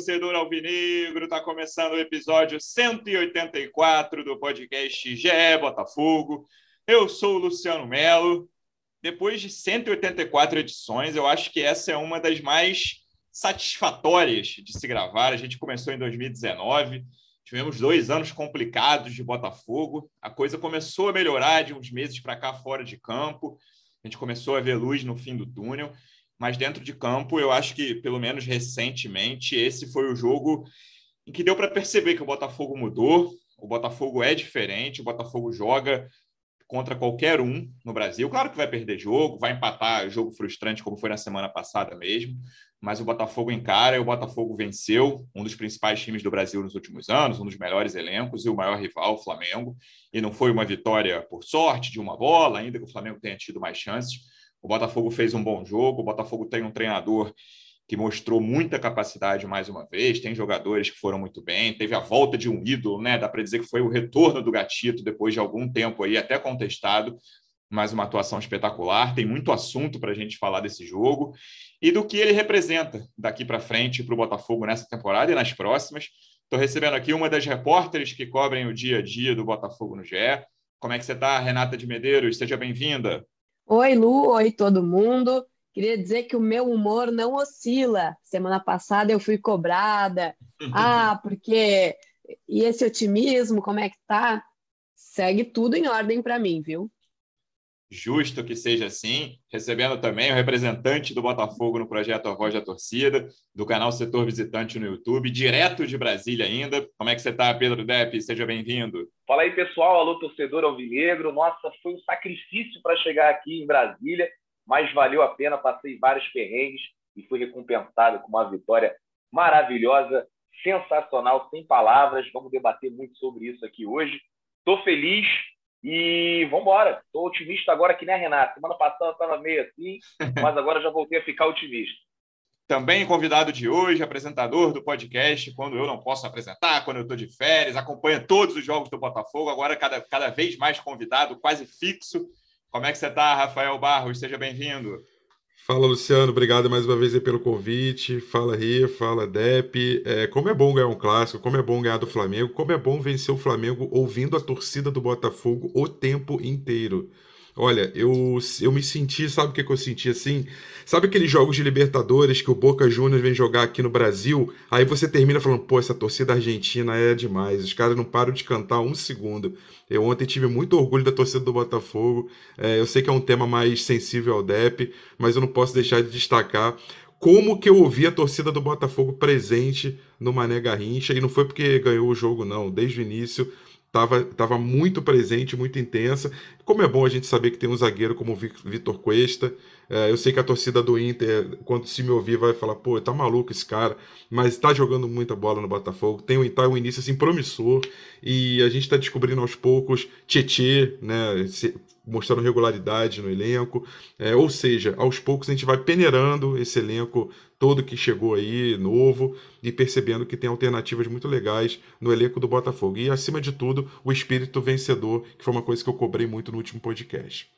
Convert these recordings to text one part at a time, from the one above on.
torcedor alvinegro, está começando o episódio 184 do podcast GE Botafogo. Eu sou o Luciano Melo. Depois de 184 edições, eu acho que essa é uma das mais satisfatórias de se gravar. A gente começou em 2019, tivemos 2 anos complicados de Botafogo. A coisa começou a melhorar de uns meses para cá fora de campo. A gente começou a ver luz no fim do túnel. Mas dentro de campo, eu acho que, pelo menos recentemente, esse foi o jogo em que deu para perceber que o Botafogo mudou, o Botafogo é diferente, o Botafogo joga contra qualquer um no Brasil. Claro que vai perder jogo, vai empatar jogo frustrante, como foi na semana passada mesmo, mas o Botafogo encara e o Botafogo venceu um dos principais times do Brasil nos últimos anos, um dos melhores elencos e o maior rival, o Flamengo. E não foi uma vitória por sorte, de uma bola, ainda que o Flamengo tenha tido mais chances. O Botafogo fez um bom jogo, o Botafogo tem um treinador que mostrou muita capacidade mais uma vez, tem jogadores que foram muito bem, teve a volta de um ídolo, né? Dá para dizer que foi o retorno do Gatito depois de algum tempo aí, até contestado, mas uma atuação espetacular. Tem muito assunto para a gente falar desse jogo e do que ele representa daqui para frente para o Botafogo nessa temporada e nas próximas. Estou recebendo aqui uma das repórteres que cobrem o dia a dia do Botafogo no GE. Como é que você está, Renata de Medeiros? Seja bem-vinda. Oi, Lu, oi, todo mundo. Queria dizer que o meu humor não oscila. Semana passada eu fui cobrada. Porque. E esse otimismo, como é que tá? Segue tudo em ordem para mim, viu? Justo que seja assim, recebendo também o representante do Botafogo no projeto A Voz da Torcida, do canal Setor Visitante no YouTube, direto de Brasília ainda. Como é que você está, Pedro Depp? Seja bem-vindo. Fala aí, pessoal. Alô, torcedor alvinegro. Nossa, foi um sacrifício para chegar aqui em Brasília, mas valeu a pena. Passei vários perrengues e fui recompensado com uma vitória maravilhosa, sensacional, sem palavras. Vamos debater muito sobre isso aqui hoje. Estou feliz. E vamos embora. Estou otimista agora que nem a Renata. Semana passada estava meio assim, mas agora já voltei a ficar otimista. Também convidado de hoje, apresentador do podcast, quando eu não posso apresentar, quando eu estou de férias, acompanha todos os jogos do Botafogo, agora cada vez mais convidado, quase fixo. Como é que você está, Rafael Barros? Seja bem-vindo. Fala, Luciano, obrigado mais uma vez aí pelo convite. Fala, Rê, fala, Depp. Como é bom ganhar um clássico, como é bom ganhar do Flamengo, como é bom vencer o Flamengo ouvindo a torcida do Botafogo o tempo inteiro. Olha, eu me senti, sabe o que eu senti assim? Sabe aqueles jogos de Libertadores que o Boca Juniors vem jogar aqui no Brasil? Aí você termina falando, pô, essa torcida argentina é demais, os caras não param de cantar um segundo. Eu ontem tive muito orgulho da torcida do Botafogo. Eu sei que é um tema mais sensível ao Depp, mas eu não posso deixar de destacar como que eu ouvi a torcida do Botafogo presente no Mané Garrincha, e não foi porque ganhou o jogo, não. Desde o início tava muito presente, muito intensa. Como é bom a gente saber que tem um zagueiro como o Vitor Cuesta. Eu sei que a torcida do Inter, quando se me ouvir, vai falar, pô, tá maluco esse cara, mas tá jogando muita bola no Botafogo, tá um início assim promissor, e a gente tá descobrindo aos poucos Tietê, né, mostrando regularidade no elenco, ou seja, aos poucos a gente vai peneirando esse elenco todo que chegou aí, novo, e percebendo que tem alternativas muito legais no elenco do Botafogo. E, acima de tudo, o espírito vencedor, que foi uma coisa que eu cobrei muito no último podcast.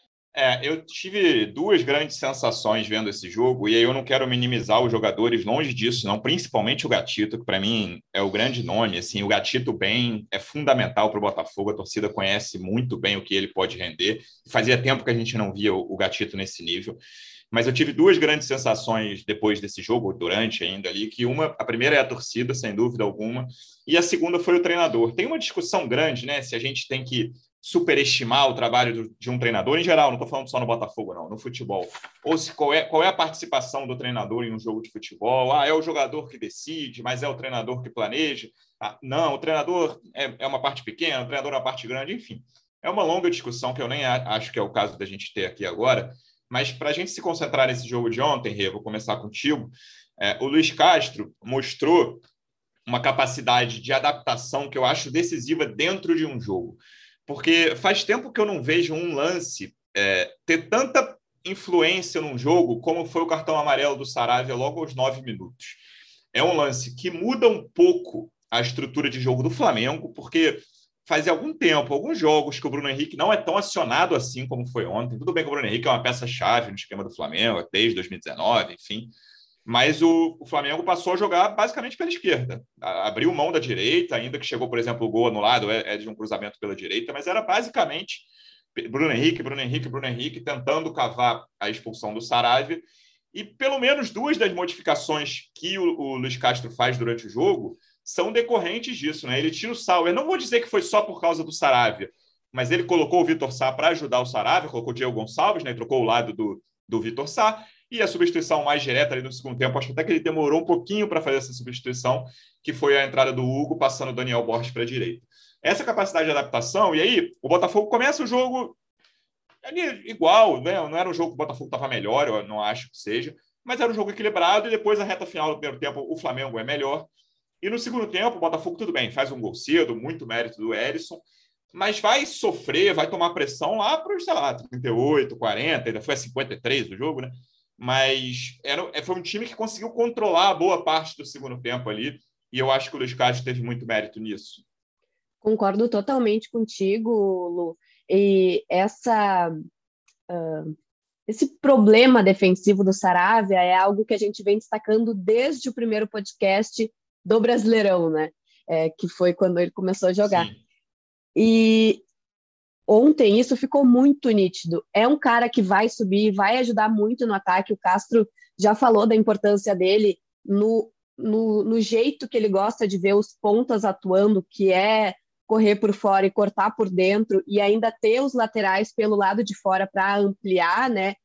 Eu tive 2 grandes sensações vendo esse jogo, e aí eu não quero minimizar os jogadores, longe disso, não, principalmente o Gatito, que para mim é o grande nome. Assim, o Gatito bem é fundamental para o Botafogo, a torcida conhece muito bem o que ele pode render. Fazia tempo que a gente não via o Gatito nesse nível. Mas eu tive 2 grandes sensações depois desse jogo, durante ainda ali, que a primeira é a torcida, sem dúvida alguma, e a segunda foi o treinador. Tem uma discussão grande, né, se a gente tem que superestimar o trabalho de um treinador, em geral, não estou falando só no Botafogo, não, no futebol. Ou se qual é a participação do treinador em um jogo de futebol? É o jogador que decide, mas é o treinador que planeja? Não, o treinador é uma parte pequena, o treinador é uma parte grande, enfim. É uma longa discussão que eu nem acho que é o caso da gente ter aqui agora, mas para a gente se concentrar nesse jogo de ontem, Rê, vou começar contigo. O Luiz Castro mostrou uma capacidade de adaptação que eu acho decisiva dentro de um jogo. Porque faz tempo que eu não vejo um lance ter tanta influência num jogo como foi o cartão amarelo do Saravia logo aos 9 minutos. É um lance que muda um pouco a estrutura de jogo do Flamengo, porque fazia algum tempo, alguns jogos que o Bruno Henrique não é tão acionado assim como foi ontem. Tudo bem que o Bruno Henrique é uma peça-chave no esquema do Flamengo desde 2019, enfim. Mas o Flamengo passou a jogar basicamente pela esquerda. Abriu mão da direita, ainda que chegou, por exemplo, o gol anulado é de um cruzamento pela direita, mas era basicamente Bruno Henrique, tentando cavar a expulsão do Saravia. E pelo menos duas das modificações que o Luiz Castro faz durante o jogo são decorrentes disso, né? Ele tira o Sauer. Não vou dizer que foi só por causa do Saravia, mas ele colocou o Vitor Sá para ajudar o Saravia, colocou o Diego Gonçalves, né? Trocou o lado do Vitor Sá. E a substituição mais direta ali no segundo tempo, acho até que ele demorou um pouquinho para fazer essa substituição, que foi a entrada do Hugo, passando o Daniel Borges para a direita. Essa capacidade de adaptação, e aí o Botafogo começa o jogo igual, né? Não era um jogo que o Botafogo estava melhor, eu não acho que seja, mas era um jogo equilibrado, e depois a reta final do primeiro tempo o Flamengo é melhor. E no segundo tempo o Botafogo, tudo bem, faz um gol cedo, muito mérito do Erisson, mas vai sofrer, vai tomar pressão lá para os, sei lá, 38, 40, ainda foi a 53 do jogo, né? Mas foi um time que conseguiu controlar a boa parte do segundo tempo ali, e eu acho que o Luiz Castro teve muito mérito nisso. Concordo totalmente contigo, Lu. E esse problema defensivo do Saravia é algo que a gente vem destacando desde o primeiro podcast do Brasileirão, né? Que foi quando ele começou a jogar. Sim. E ontem isso ficou muito nítido. É um cara que vai subir, vai ajudar muito no ataque. O Castro já falou da importância dele no jeito que ele gosta de ver os pontas atuando, que é correr por fora e cortar por dentro, e ainda ter os laterais pelo lado de fora para ampliar, né,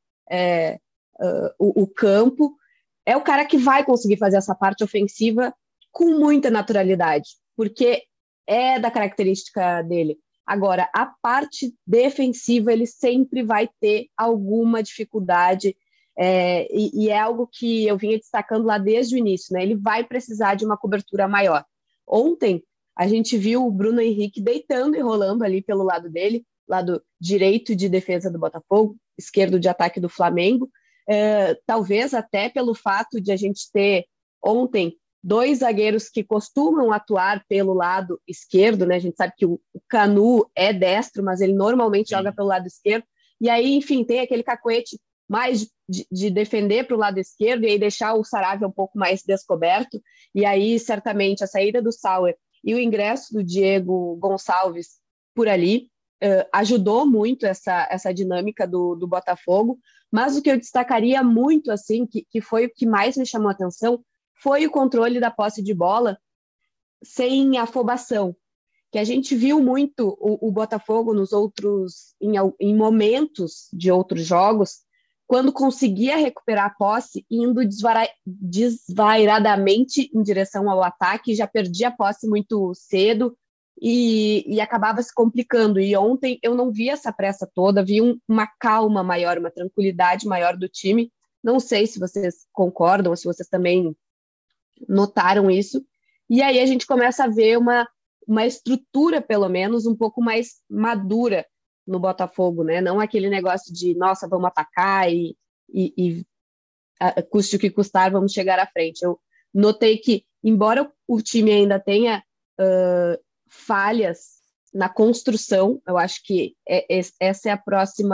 o campo. É o cara que vai conseguir fazer essa parte ofensiva com muita naturalidade, porque é da característica dele. Agora, a parte defensiva, ele sempre vai ter alguma dificuldade, e é algo que eu vinha destacando lá desde o início, né? Ele vai precisar de uma cobertura maior. Ontem, a gente viu o Bruno Henrique deitando e rolando ali pelo lado dele, lado direito de defesa do Botafogo, esquerdo de ataque do Flamengo, talvez até pelo fato de a gente ter ontem dois zagueiros que costumam atuar pelo lado esquerdo, né? A gente sabe que o Canu é destro, mas ele normalmente joga pelo lado esquerdo, e aí, enfim, tem aquele cacuete mais de defender para o lado esquerdo e aí deixar o Saravia um pouco mais descoberto, e aí certamente a saída do Sauer e o ingresso do Diego Gonçalves por ali ajudou muito essa dinâmica do Botafogo, mas o que eu destacaria muito, assim, que foi o que mais me chamou a atenção, foi o controle da posse de bola sem afobação, que a gente viu muito o Botafogo em momentos de outros jogos, quando conseguia recuperar a posse, indo desvairadamente em direção ao ataque, já perdia a posse muito cedo e acabava se complicando. E ontem eu não vi essa pressa toda, vi uma calma maior, uma tranquilidade maior do time. Não sei se vocês concordam, se vocês também notaram isso. E aí a gente começa a ver uma estrutura, pelo menos, um pouco mais madura no Botafogo, né? Não aquele negócio de, nossa, vamos atacar e custe o que custar, vamos chegar à frente. Eu notei que, embora o time ainda tenha falhas na construção, eu acho que essa é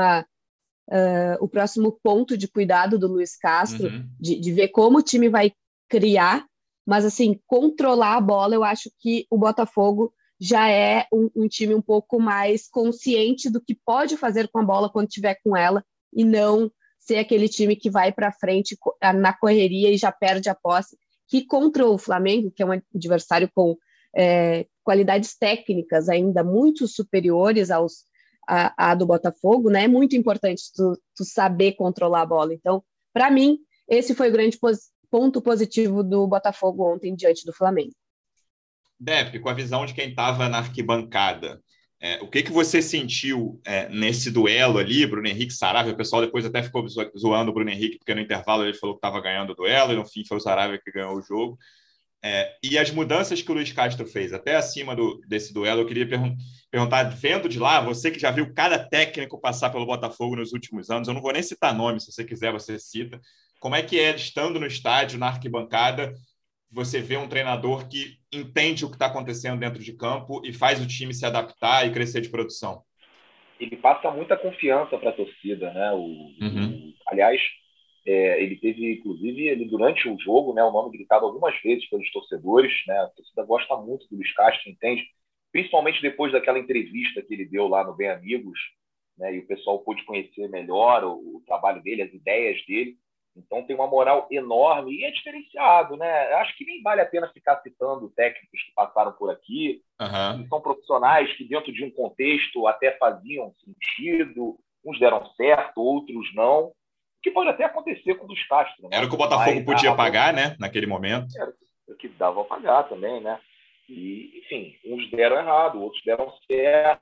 o próximo ponto de cuidado do Luiz Castro, de ver como o time vai criar, mas, assim, controlar a bola, eu acho que o Botafogo já é um time um pouco mais consciente do que pode fazer com a bola quando estiver com ela, e não ser aquele time que vai para frente na correria e já perde a posse, que contra o Flamengo, que é um adversário com qualidades técnicas ainda muito superiores à do Botafogo, né? É muito importante tu saber controlar a bola. Então, para mim, esse foi o grande ponto positivo do Botafogo ontem diante do Flamengo. Depp, com a visão de quem estava na arquibancada, o que você sentiu nesse duelo ali, Bruno Henrique e Saravia? O pessoal depois até ficou zoando o Bruno Henrique, porque no intervalo ele falou que estava ganhando o duelo, e no fim foi o Saravia que ganhou o jogo. E as mudanças que o Luiz Castro fez, até acima desse duelo, eu queria perguntar, vendo de lá, você que já viu cada técnico passar pelo Botafogo nos últimos anos, eu não vou nem citar nomes, se você quiser, você cita, como é que estando no estádio, na arquibancada, você vê um treinador que entende o que está acontecendo dentro de campo e faz o time se adaptar e crescer de produção? Ele passa muita confiança para a torcida, né? Aliás, Ele teve, inclusive, durante o jogo, né, o nome gritado algumas vezes pelos torcedores, né? A torcida gosta muito do Luiz Castro, entende? Principalmente depois daquela entrevista que ele deu lá no Bem Amigos, né, e o pessoal pôde conhecer melhor o trabalho dele, as ideias dele. Então tem uma moral enorme e é diferenciado, né? Acho que nem vale a pena ficar citando técnicos que passaram por aqui, que são profissionais que dentro de um contexto até faziam sentido, uns deram certo, outros não, que pode até acontecer com o Luiz Castro, né? Era o que o Botafogo podia pagar, né? Naquele momento. Era o que dava a pagar também, né? E, enfim, uns deram errado, outros deram certo,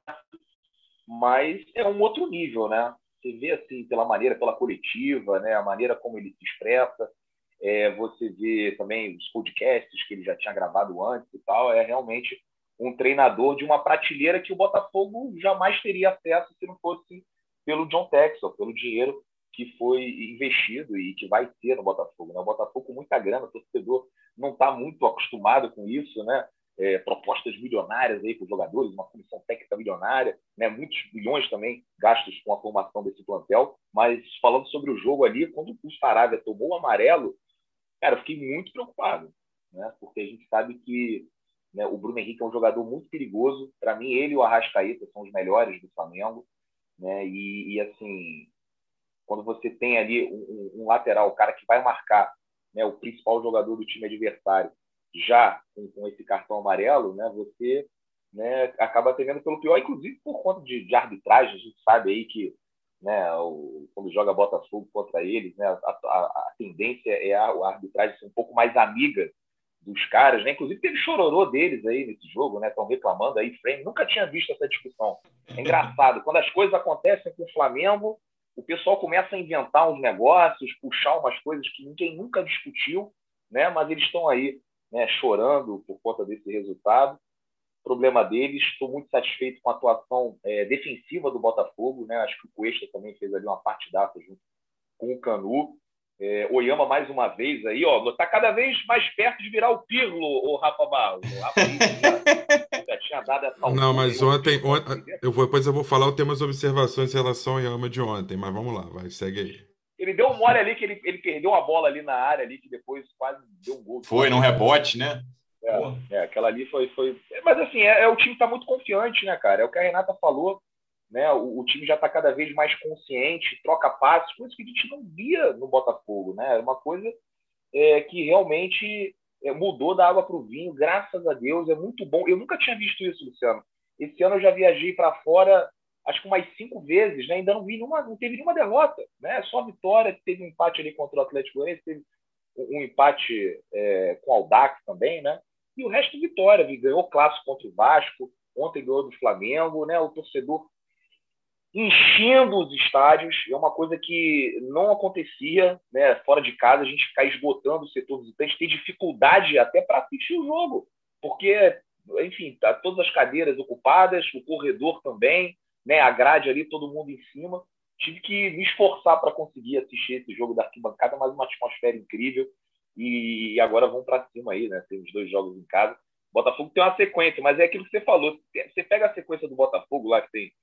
mas é um outro nível, né? Você vê assim, pela maneira, pela coletiva, né? A maneira como ele se expressa, você vê também os podcasts que ele já tinha gravado antes e tal, é realmente um treinador de uma prateleira que o Botafogo jamais teria acesso se não fosse pelo John Texel, pelo dinheiro que foi investido e que vai ter no Botafogo, né? O Botafogo com muita grana, o torcedor não está muito acostumado com isso, né? Propostas milionárias aí para os jogadores, uma comissão técnica milionária, né? Muitos bilhões também gastos com a formação desse plantel. Mas falando sobre o jogo ali, quando o Saravia tomou o amarelo, cara, eu fiquei muito preocupado, né? Porque a gente sabe que, né, o Bruno Henrique é um jogador muito perigoso. Para mim, ele e o Arrascaeta são os melhores do Flamengo, né? E assim, quando você tem ali um lateral, o cara que vai marcar, né, o principal jogador do time adversário, já com esse cartão amarelo, né, você, né, acaba temendo pelo pior, inclusive por conta de arbitragem. A gente sabe aí que, né, quando joga Botafogo contra eles, né, a tendência é a arbitragem ser um pouco mais amiga dos caras, né? Inclusive teve chororô deles aí nesse jogo, né? Estão reclamando aí, frame. Nunca tinha visto essa discussão. É engraçado, quando as coisas acontecem com o Flamengo, o pessoal começa a inventar uns negócios, puxar umas coisas que ninguém nunca discutiu, né? Mas eles estão aí, né, chorando por conta desse resultado. Problema deles. Estou muito satisfeito com a atuação defensiva do Botafogo, né? Acho que o Cuesta também fez ali uma partidaça junto com o Canu. Oyama mais uma vez aí, ó, tá cada vez mais perto de virar o Pirlo, o Rafa Barros. O Rafa já tinha dado essa altura. Não, mas depois eu vou falar, eu tenho umas observações em relação ao Oyama de ontem, mas vamos lá, vai, segue aí. Ele deu um mole ali, que ele perdeu uma bola ali na área, ali, que depois quase deu um gol. Foi num rebote, né? Aquela ali foi... Mas assim, o time tá muito confiante, né, cara? É o que a Renata falou, né? O time já está cada vez mais consciente, troca passes, coisa que a gente não via no Botafogo, né? Era uma coisa que realmente mudou da água para o vinho, graças a Deus, é muito bom. Eu nunca tinha visto isso, Luciano. Esse ano eu já viajei para fora, acho que umas 5 vezes, né? Ainda não teve nenhuma derrota, né? Só vitória. Teve um empate ali contra o Atlético Goianiense, teve um empate com o Audax também, né? E o resto vitória, ganhou o clássico contra o Vasco, ontem ganhou do Flamengo, né? O torcedor enchendo os estádios, é uma coisa que não acontecia, né? Fora de casa, a gente ficar esgotando o setor visitante, ter dificuldade até para assistir o jogo, porque, enfim, tá todas as cadeiras ocupadas, o corredor também, né? A grade ali, todo mundo em cima. Tive que me esforçar para conseguir assistir esse jogo da arquibancada, mas uma atmosfera incrível. E agora vamos para cima aí, né? Temos 2 jogos em casa. O Botafogo tem uma sequência, mas é aquilo que você falou. Você pega a sequência do Botafogo lá, que tem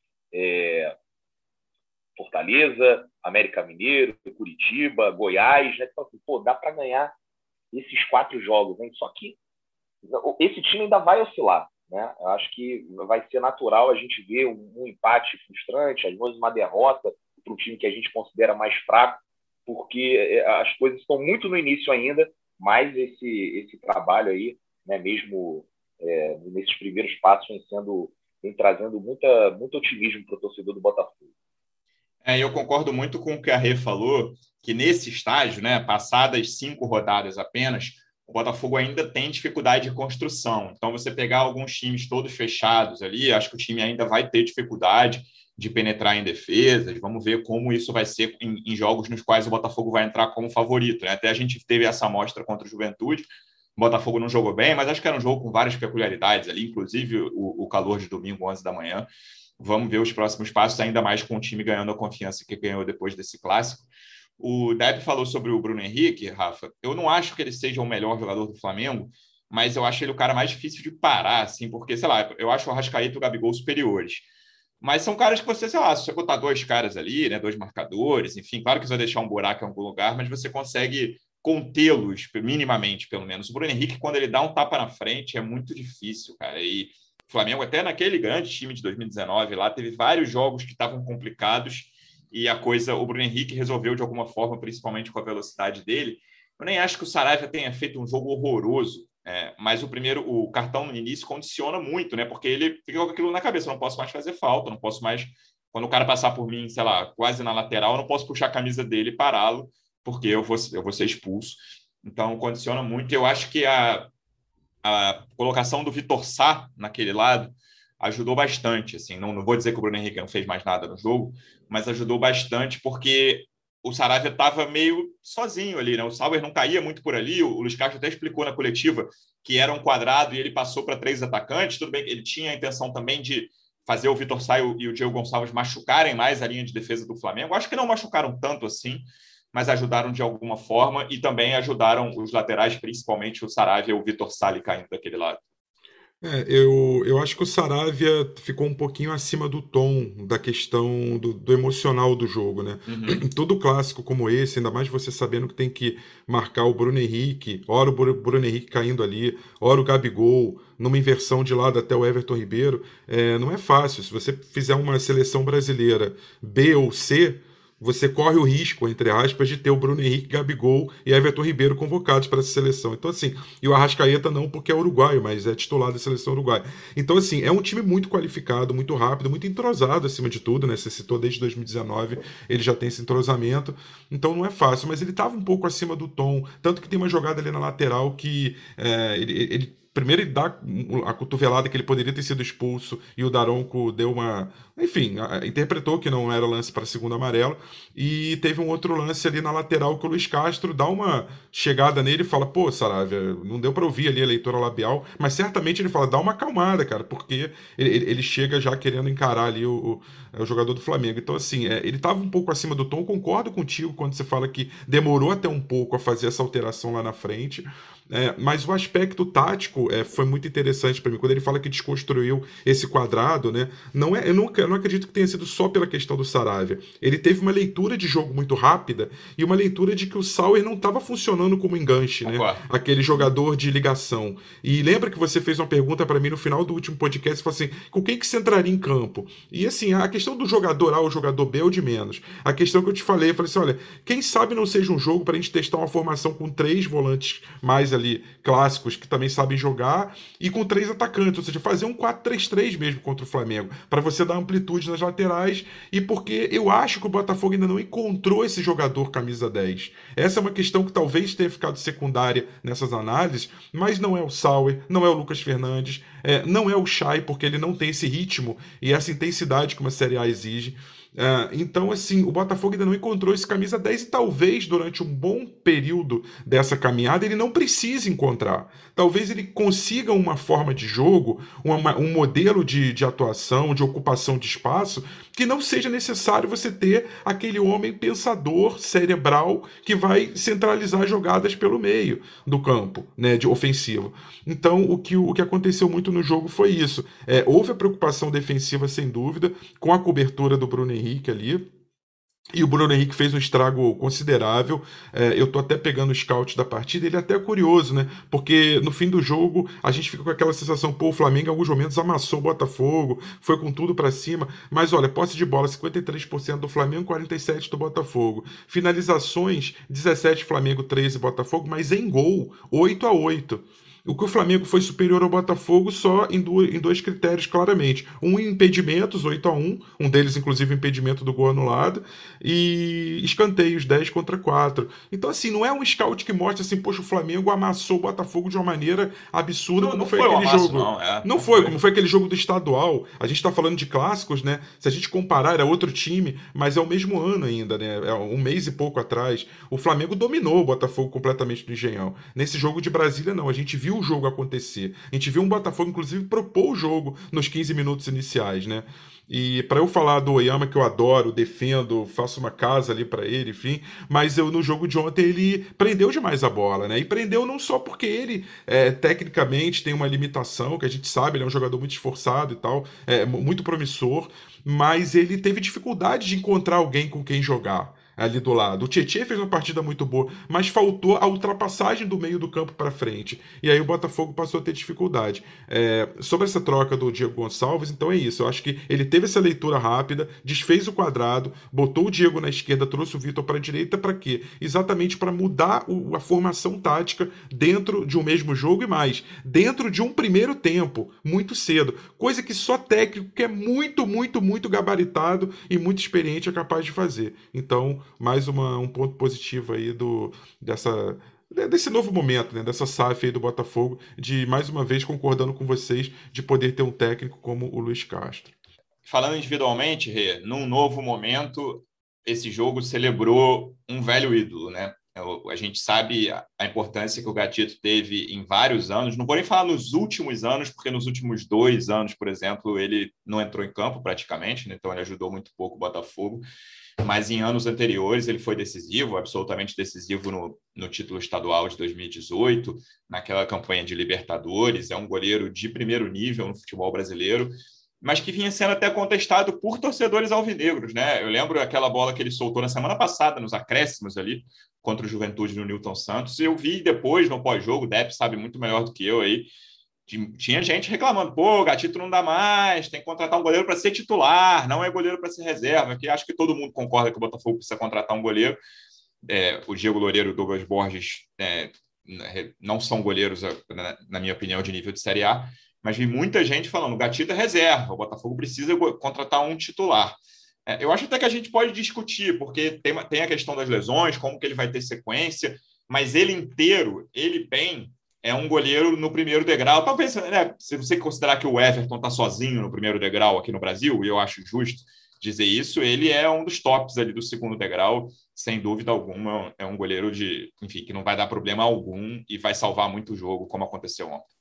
Fortaleza, América Mineiro, Curitiba, Goiás, né? Então, assim, dá para ganhar esses 4 jogos, né? Só que esse time ainda vai oscilar, né? Eu acho que vai ser natural a gente ver um empate frustrante, às vezes uma derrota para um time que a gente considera mais fraco, porque as coisas estão muito no início ainda, mas esse trabalho aí, né, mesmo nesses primeiros passos, vem trazendo muito otimismo para o torcedor do Botafogo. Eu concordo muito com o que a Rê falou, que nesse estágio, né, passadas 5 rodadas apenas, o Botafogo ainda tem dificuldade de construção. Então, você pegar alguns times todos fechados ali, acho que o time ainda vai ter dificuldade de penetrar em defesas. Vamos ver como isso vai ser em jogos nos quais o Botafogo vai entrar como favorito, né? Até a gente teve essa amostra contra o Juventude. O Botafogo não jogou bem, mas acho que era um jogo com várias peculiaridades ali, inclusive o calor de domingo, 11 da manhã. Vamos ver os próximos passos, ainda mais com o time ganhando a confiança que ganhou depois desse clássico. O Depp falou sobre o Bruno Henrique, Rafa. Eu não acho que ele seja o melhor jogador do Flamengo, mas eu acho ele o cara mais difícil de parar, assim, porque, sei lá, eu acho o Arrascaeta e o Gabigol superiores. Mas são caras que você, sei lá, se você botar dois caras ali, né, dois marcadores, enfim, claro que você vai deixar um buraco em algum lugar, mas você consegue contê-los minimamente, pelo menos. O Bruno Henrique, quando ele dá um tapa na frente, é muito difícil, cara. E o Flamengo, até naquele grande time de 2019, lá teve vários jogos que estavam complicados e o Bruno Henrique resolveu de alguma forma, principalmente com a velocidade dele. Eu nem acho que o Saravia tenha feito um jogo horroroso, mas o cartão no início condiciona muito, né? Porque ele fica com aquilo na cabeça, eu não posso mais fazer falta, não posso mais, quando o cara passar por mim, sei lá, quase na lateral, eu não posso puxar a camisa dele e pará-lo, porque eu vou ser expulso. Então, condiciona muito. Eu acho que a colocação do Vitor Sá naquele lado ajudou bastante. Assim, não vou dizer que o Bruno Henrique não fez mais nada no jogo, mas ajudou bastante porque o Saravia estava meio sozinho ali, né? O Sauer não caía muito por ali. O Luiz Castro até explicou na coletiva que era um quadrado e ele passou para 3 atacantes. Tudo bem, ele tinha a intenção também de fazer o Vitor Sá e o Diego Gonçalves machucarem mais a linha de defesa do Flamengo. Acho que não machucaram tanto assim, mas ajudaram de alguma forma e também ajudaram os laterais, principalmente o Saravia e o Vitor Sá caindo daquele lado. Eu acho que o Saravia ficou um pouquinho acima do tom da questão do emocional do jogo, né? Uhum. Todo clássico como esse, ainda mais você sabendo que tem que marcar o Bruno Henrique, ora o Bruno Henrique caindo ali, ora o Gabigol, numa inversão de lado até o Everton Ribeiro, não é fácil. Se você fizer uma seleção brasileira B ou C, você corre o risco, entre aspas, de ter o Bruno Henrique, Gabigol e Everton Ribeiro convocados para essa seleção. Então, assim, e o Arrascaeta não porque é uruguaio, mas é titular da seleção uruguaia. Então, assim, é um time muito qualificado, muito rápido, muito entrosado acima de tudo, né? Você citou desde 2019, ele já tem esse entrosamento, então não é fácil, mas ele estava um pouco acima do tom, tanto que tem uma jogada ali na lateral que primeiro ele dá a cotovelada que ele poderia ter sido expulso e o Daronco deu uma... Enfim, interpretou que não era lance para segundo amarelo e teve um outro lance ali na lateral que o Luiz Castro dá uma chegada nele e fala, pô, Saravia, não deu para ouvir ali a leitura labial, mas certamente ele fala, dá uma acalmada, cara, porque ele chega já querendo encarar ali o jogador do Flamengo. Então, assim, ele estava um pouco acima do tom, concordo contigo quando você fala que demorou até um pouco a fazer essa alteração lá na frente, mas o aspecto tático foi muito interessante para mim. Quando ele fala que desconstruiu esse quadrado, né? Eu não acredito que tenha sido só pela questão do Saravia. Ele teve uma leitura de jogo muito rápida e uma leitura de que o Sauer não estava funcionando como enganche, né? Aquele jogador de ligação. E lembra que você fez uma pergunta para mim no final do último podcast, falou assim, com quem que você entraria em campo? E assim, a questão do jogador A ou jogador B é o de menos. A questão que eu te falei, eu falei assim, olha, quem sabe não seja um jogo para a gente testar uma formação com 3 volantes mais ali clássicos que também sabem jogar e com 3 atacantes, ou seja, fazer um 4-3-3 mesmo contra o Flamengo, para você dar amplitude nas laterais e porque eu acho que o Botafogo ainda não encontrou esse jogador camisa 10. Essa é uma questão que talvez tenha ficado secundária nessas análises, mas não é o Sauer, não é o Lucas Fernandes, não é o Chay, porque ele não tem esse ritmo e essa intensidade que uma Série A exige. Então, assim, o Botafogo ainda não encontrou esse camisa 10 e talvez durante um bom período dessa caminhada ele não precise encontrar. Talvez ele consiga uma forma de jogo, um modelo de atuação, de ocupação de espaço, que não seja necessário você ter aquele homem pensador, cerebral, que vai centralizar jogadas pelo meio do campo, né, de ofensivo. Então, o que aconteceu muito no jogo foi isso. Houve a preocupação defensiva, sem dúvida, com a cobertura do Bruno Henrique ali. E o Bruno Henrique fez um estrago considerável. Eu tô até pegando o scout da partida, ele é até curioso, né? Porque no fim do jogo a gente fica com aquela sensação, pô, o Flamengo em alguns momentos amassou o Botafogo, foi com tudo pra cima. Mas olha, posse de bola 53% do Flamengo, 47% do Botafogo. Finalizações, 17 Flamengo, 13 Botafogo, mas em gol, 8-8. O que o Flamengo foi superior ao Botafogo só em dois critérios, claramente. Um em impedimentos, 8-1, um deles, inclusive, impedimento do gol anulado, e escanteios, 10-4. Então, assim, não é um scout que mostra assim, poxa, o Flamengo amassou o Botafogo de uma maneira absurda, como foi aquele jogo. Não foi, como foi aquele jogo do estadual. A gente tá falando de clássicos, né? Se a gente comparar, era outro time, mas é o mesmo ano ainda, né? É um mês e pouco atrás. O Flamengo dominou o Botafogo completamente no Engenhão. Nesse jogo de Brasília, não. A gente viu o jogo acontecer. A gente viu um Botafogo, inclusive, propor o jogo nos 15 minutos iniciais, né? E para eu falar do Oyama, que eu adoro, defendo, faço uma casa ali para ele, enfim, mas no jogo de ontem ele prendeu demais a bola, né? E prendeu não só porque ele tecnicamente tem uma limitação, que a gente sabe, ele é um jogador muito esforçado e tal, muito promissor, mas ele teve dificuldade de encontrar alguém com quem jogar ali do lado. O Tietê fez uma partida muito boa, mas faltou a ultrapassagem do meio do campo para frente. E aí o Botafogo passou a ter dificuldade. Sobre essa troca do Diego Gonçalves, então é isso. Eu acho que ele teve essa leitura rápida, desfez o quadrado, botou o Diego na esquerda, trouxe o Vitor para a direita, para quê? Exatamente para mudar a formação tática dentro de um mesmo jogo e mais, dentro de um primeiro tempo, muito cedo. Coisa que só técnico que é muito, muito, muito gabaritado e muito experiente é capaz de fazer. Então, mais um ponto positivo aí desse novo momento, né, dessa SAF aí do Botafogo, de mais uma vez concordando com vocês, de poder ter um técnico como o Luiz Castro. Falando individualmente, Rê, num novo momento, esse jogo celebrou um velho ídolo, né? A gente sabe a importância que o Gatito teve em vários anos, não vou nem falar nos últimos anos, porque nos últimos 2 anos, por exemplo, ele não entrou em campo praticamente, né? Então ele ajudou muito pouco o Botafogo, mas em anos anteriores ele foi decisivo, absolutamente decisivo no título estadual de 2018, naquela campanha de Libertadores, é um goleiro de primeiro nível no futebol brasileiro, mas que vinha sendo até contestado por torcedores alvinegros, né? Eu lembro aquela bola que ele soltou na semana passada, nos acréscimos ali, contra o Juventude no Newton Santos, e eu vi depois, no pós-jogo, o Depp sabe muito melhor do que eu aí, tinha gente reclamando, pô, o Gatito não dá mais, tem que contratar um goleiro para ser titular, não é goleiro para ser reserva, que acho que todo mundo concorda que o Botafogo precisa contratar um goleiro. O Diego Loureiro e o Douglas Borges não são goleiros, na minha opinião, de nível de Série A, mas vi muita gente falando, o Gatito é reserva, o Botafogo precisa contratar um titular. Eu acho até que a gente pode discutir, porque tem a questão das lesões, como que ele vai ter sequência, mas ele inteiro, ele bem, é um goleiro no primeiro degrau. Talvez, né, se você considerar que o Everton está sozinho no primeiro degrau aqui no Brasil, e eu acho justo dizer isso, ele é um dos tops ali do segundo degrau, sem dúvida alguma, é um goleiro que não vai dar problema algum e vai salvar muito o jogo, como aconteceu ontem.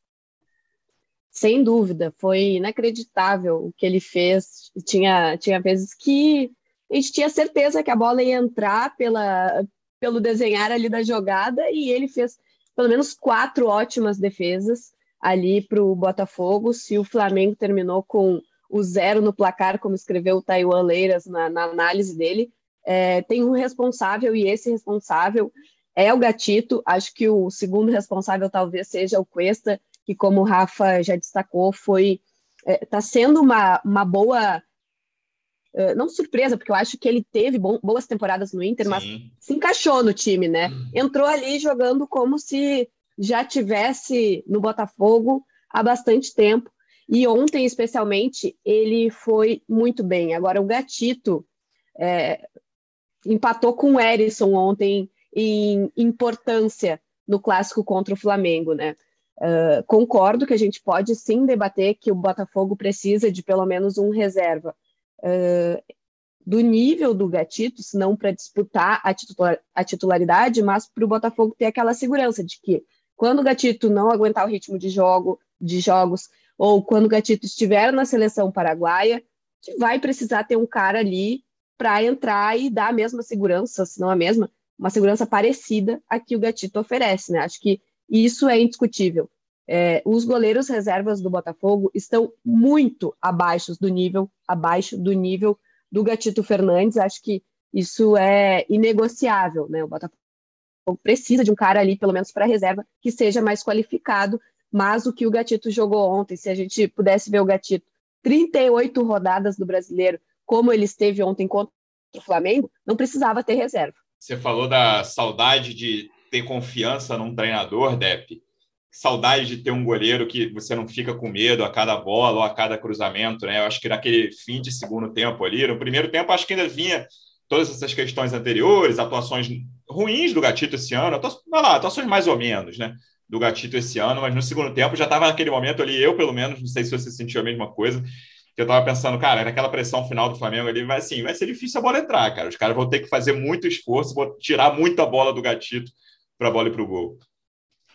Sem dúvida, foi inacreditável o que ele fez. Tinha vezes que a gente tinha certeza que a bola ia entrar pelo desenhar ali da jogada, e ele fez pelo menos 4 ótimas defesas ali para o Botafogo. Se o Flamengo terminou com o 0 no placar, como escreveu o Taiwan Leiras na análise dele, tem um responsável, e esse responsável é o Gatito. Acho que o segundo responsável talvez seja o Cuesta, que, como o Rafa já destacou, está sendo uma boa, não surpresa, porque eu acho que ele teve boas temporadas no Inter, sim, mas se encaixou no time, né? Entrou ali jogando como se já tivesse no Botafogo há bastante tempo, e ontem, especialmente, ele foi muito bem. Agora, o Gatito empatou com o Erisson ontem em importância no clássico contra o Flamengo, né? Concordo que a gente pode sim debater que o Botafogo precisa de pelo menos um reserva do nível do Gatito, se não para disputar a titularidade, mas para o Botafogo ter aquela segurança de que quando o Gatito não aguentar o ritmo de jogos, ou quando o Gatito estiver na seleção paraguaia, vai precisar ter um cara ali para entrar e dar a mesma segurança, se não a mesma, uma segurança parecida a que o Gatito oferece, né? Acho que isso é indiscutível. Os goleiros reservas do Botafogo estão muito abaixo do nível do Gatito Fernandes. Acho que isso é inegociável, né? O Botafogo precisa de um cara ali, pelo menos para reserva, que seja mais qualificado, mas o que o Gatito jogou ontem, se a gente pudesse ver o Gatito 38 rodadas do Brasileiro, como ele esteve ontem contra o Flamengo, não precisava ter reserva. Você falou da saudade de ter confiança num treinador, Depp. Saudade de ter um goleiro que você não fica com medo a cada bola ou a cada cruzamento, né? Eu acho que naquele fim de segundo tempo ali, no primeiro tempo, acho que ainda vinha todas essas questões anteriores, atuações ruins do Gatito esse ano, atuações mais ou menos, né, do Gatito esse ano, mas no segundo tempo já estava naquele momento ali, eu pelo menos, não sei se você sentiu a mesma coisa, que eu estava pensando, cara, naquela pressão final do Flamengo ali, vai ser difícil a bola entrar, cara, os caras vão ter que fazer muito esforço, vão tirar muita bola do Gatito para a bola ir para o gol.